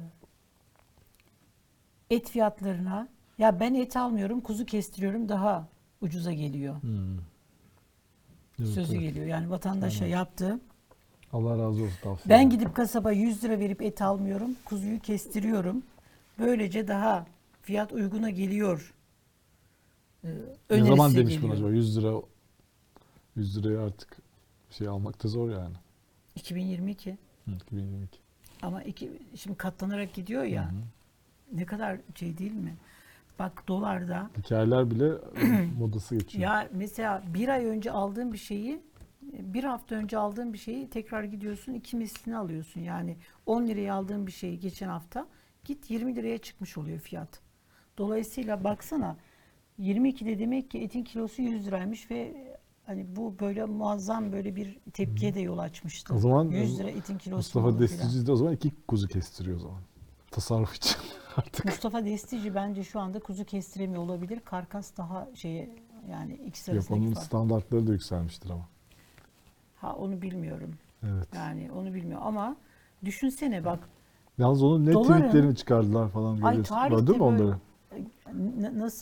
et fiyatlarına ya ben et almıyorum, kuzu kestiriyorum daha ucuza geliyor. Hmm. Evet, Sözü evet. geliyor. Yani vatandaşa Aynen. yaptığı. Allah razı olsun tavsiye Ben ederim. gidip kasaba yüz lira verip et almıyorum. Kuzuyu kestiriyorum. Böylece daha fiyat uyguna geliyor. Ee, Ne önerisi zaman demiş geliyor. bunu acaba? yüz lira yüz liraya artık şey almak da zor yani. iki bin yirmi iki. Hı, iki bin yirmi iki. Ama iki, şimdi katlanarak gidiyor ya. Hı hı. Ne kadar şey değil mi? Bak dolarda Hikayeler bile modası geçiyor. ya mesela bir ay önce aldığın bir şeyi bir hafta önce aldığın bir şeyi tekrar gidiyorsun iki mislini alıyorsun. Yani on liraya aldığın bir şeyi geçen hafta git yirmi liraya çıkmış oluyor fiyat. Dolayısıyla baksana yirmi ikide demek ki etin kilosu yüz liraymış ve hani bu böyle muazzam böyle bir tepkiye de yol açmıştı. O zaman yüz lira etin kilosu Mustafa oldu filan. Destici de o zaman iki kuzu kestiriyor o zaman. Tasarruf için artık. Mustafa Destici bence şu anda kuzu kestiremiyor olabilir. Karkas daha şeye yani ikisi Yok, arasındaki onun fark. standartları da yükselmiştir ama. Ha onu bilmiyorum. Evet. Yani onu bilmiyorum ama düşünsene bak. Yalnız onun ne Doların- tweetlerini çıkardılar falan Ay böyle. tarihte Gördün mü böyle- onları? N- nasıl?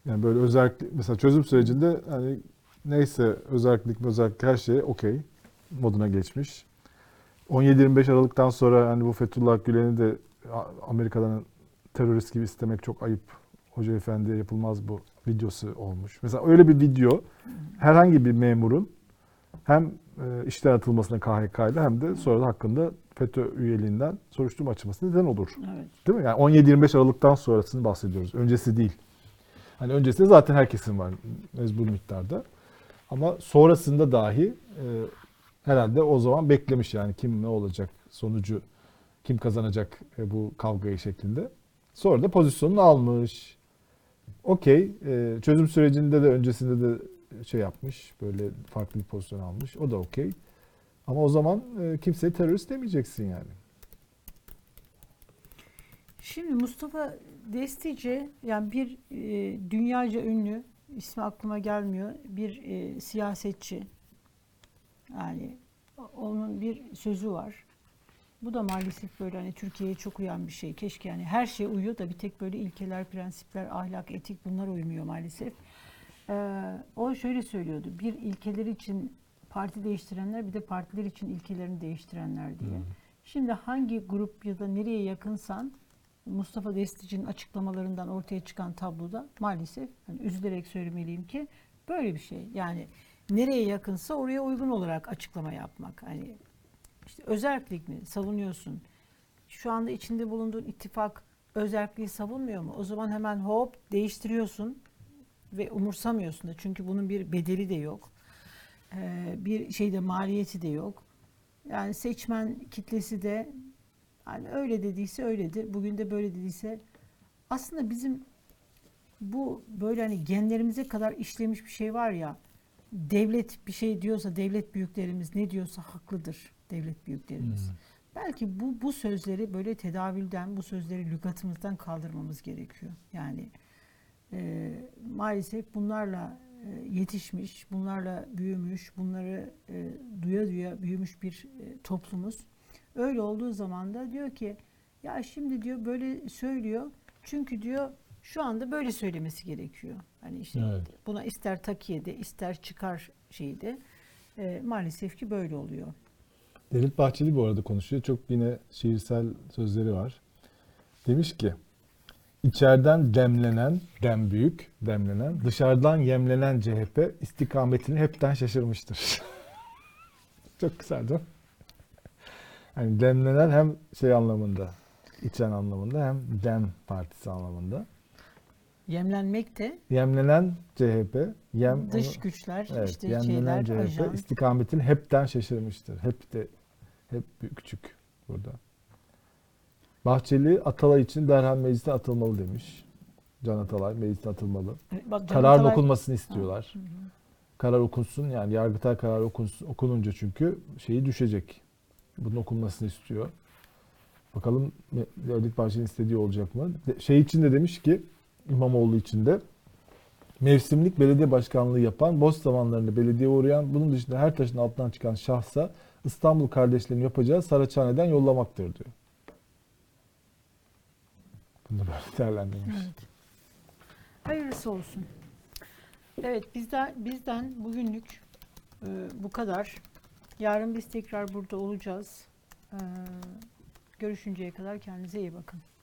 Yani böyle özellik, mesela çözüm sürecinde hani neyse özellik özellik her şey okey moduna geçmiş. on yedi yirmi beş Aralık'tan sonra hani bu Fethullah Gülen'i de Amerika'dan terörist gibi istemek çok ayıp. Hoca efendiye yapılmaz bu videosu olmuş. Mesela öyle bir video herhangi bir memurun hem e, işten atılmasına K H K ile hem de sonra da hakkında FETÖ üyeliğinden soruşturma açılmasına neden olur. Evet. Değil mi? Yani on yedi yirmi beş Aralık'tan sonrasını bahsediyoruz. Öncesi değil. Hani öncesinde zaten herkesin var mezbur miktarda. Ama sonrasında dahi e, herhalde o zaman beklemiş yani kim ne olacak sonucu, kim kazanacak e, bu kavgayı şeklinde. Sonra da pozisyonunu almış. Okey. E, çözüm sürecinde de öncesinde de şey yapmış. Böyle farklı bir pozisyon almış. O da okey. Ama o zaman e, kimseye terörist demeyeceksin yani. Şimdi Mustafa Destici yani bir e, dünyaca ünlü, ismi aklıma gelmiyor, bir e, siyasetçi. Yani onun bir sözü var. Bu da maalesef böyle hani Türkiye'ye çok uyan bir şey. Keşke yani her şey uyuyor da bir tek böyle ilkeler, prensipler, ahlak, etik bunlar uymuyor maalesef. Ee, o şöyle söylüyordu. Bir ilkeler için parti değiştirenler bir de partiler için ilkelerini değiştirenler diye. Hmm. Şimdi hangi grup ya da nereye yakınsan Mustafa Destici'nin açıklamalarından ortaya çıkan tabloda maalesef hani üzülerek söylemeliyim ki böyle bir şey. Yani nereye yakınsa oraya uygun olarak açıklama yapmak. Hani işte özerklik mi savunuyorsun? Şu anda içinde bulunduğun ittifak özerkliği savunmuyor mu? O zaman hemen hop değiştiriyorsun ve umursamıyorsun da. Çünkü bunun bir bedeli de yok. Ee, bir şeyde maliyeti de yok. Yani seçmen kitlesi de hani öyle dediyse öyledir. Bugün de böyle dediyse aslında bizim bu böyle hani genlerimize kadar işlemiş bir şey var ya, devlet bir şey diyorsa, devlet büyüklerimiz ne diyorsa haklıdır devlet büyüklerimiz. Hmm. Belki bu bu sözleri böyle tedavülden, bu sözleri lügatımızdan kaldırmamız gerekiyor. Yani e, maalesef bunlarla e, yetişmiş, bunlarla büyümüş, bunları e, duya duya büyümüş bir e, toplumuz. Öyle olduğu zaman da diyor ki ya şimdi diyor böyle söylüyor çünkü diyor şu anda böyle söylemesi gerekiyor. Hani işte evet. Buna ister takiyede ister çıkar şeyde e, maalesef ki böyle oluyor. Devlet Bahçeli bu arada konuşuyor. Çok yine şiirsel sözleri var. Demiş ki içeriden demlenen, dem büyük demlenen, dışarıdan yemlenen C H P istikametini hepten şaşırmıştır. Çok güzel değil mi? Yani demlenen hem şey anlamında, içen anlamında hem dem partisi anlamında. Yemlenmek de yemlenen C H P, yem dış onu, güçler, evet, işte yemlenen şeyler, C H P ajan. istikametini hepten şaşırmıştır. Hep de hep küçük burada. Bahçeli Atalay için derhal meclisten atılmalı demiş. Can Atalay meclisten atılmalı. Bak, Karar Atalay... okunmasını istiyorlar. Ha, hı hı. Karar okunsun yani Yargıtay kararı okunsun, okununca çünkü şeyi düşecek. Bunun okunmasını istiyor. Bakalım Devlet Bahçeli'nin istediği olacak mı? Şey için de demiş ki İmamoğlu için de mevsimlik belediye başkanlığı yapan, boş zamanlarında belediyeye uğrayan, bunun dışında her taşın altından çıkan şahsa İstanbul kardeşlerin yapacağı Saraçhane'den yollamaktır diyor. Bunu da böyle değerlendirmiş. Evet. Hayırlısı olsun. Evet bizden, bizden bugünlük e, bu kadar. Yarın biz tekrar burada olacağız. E, görüşünceye kadar kendinize iyi bakın.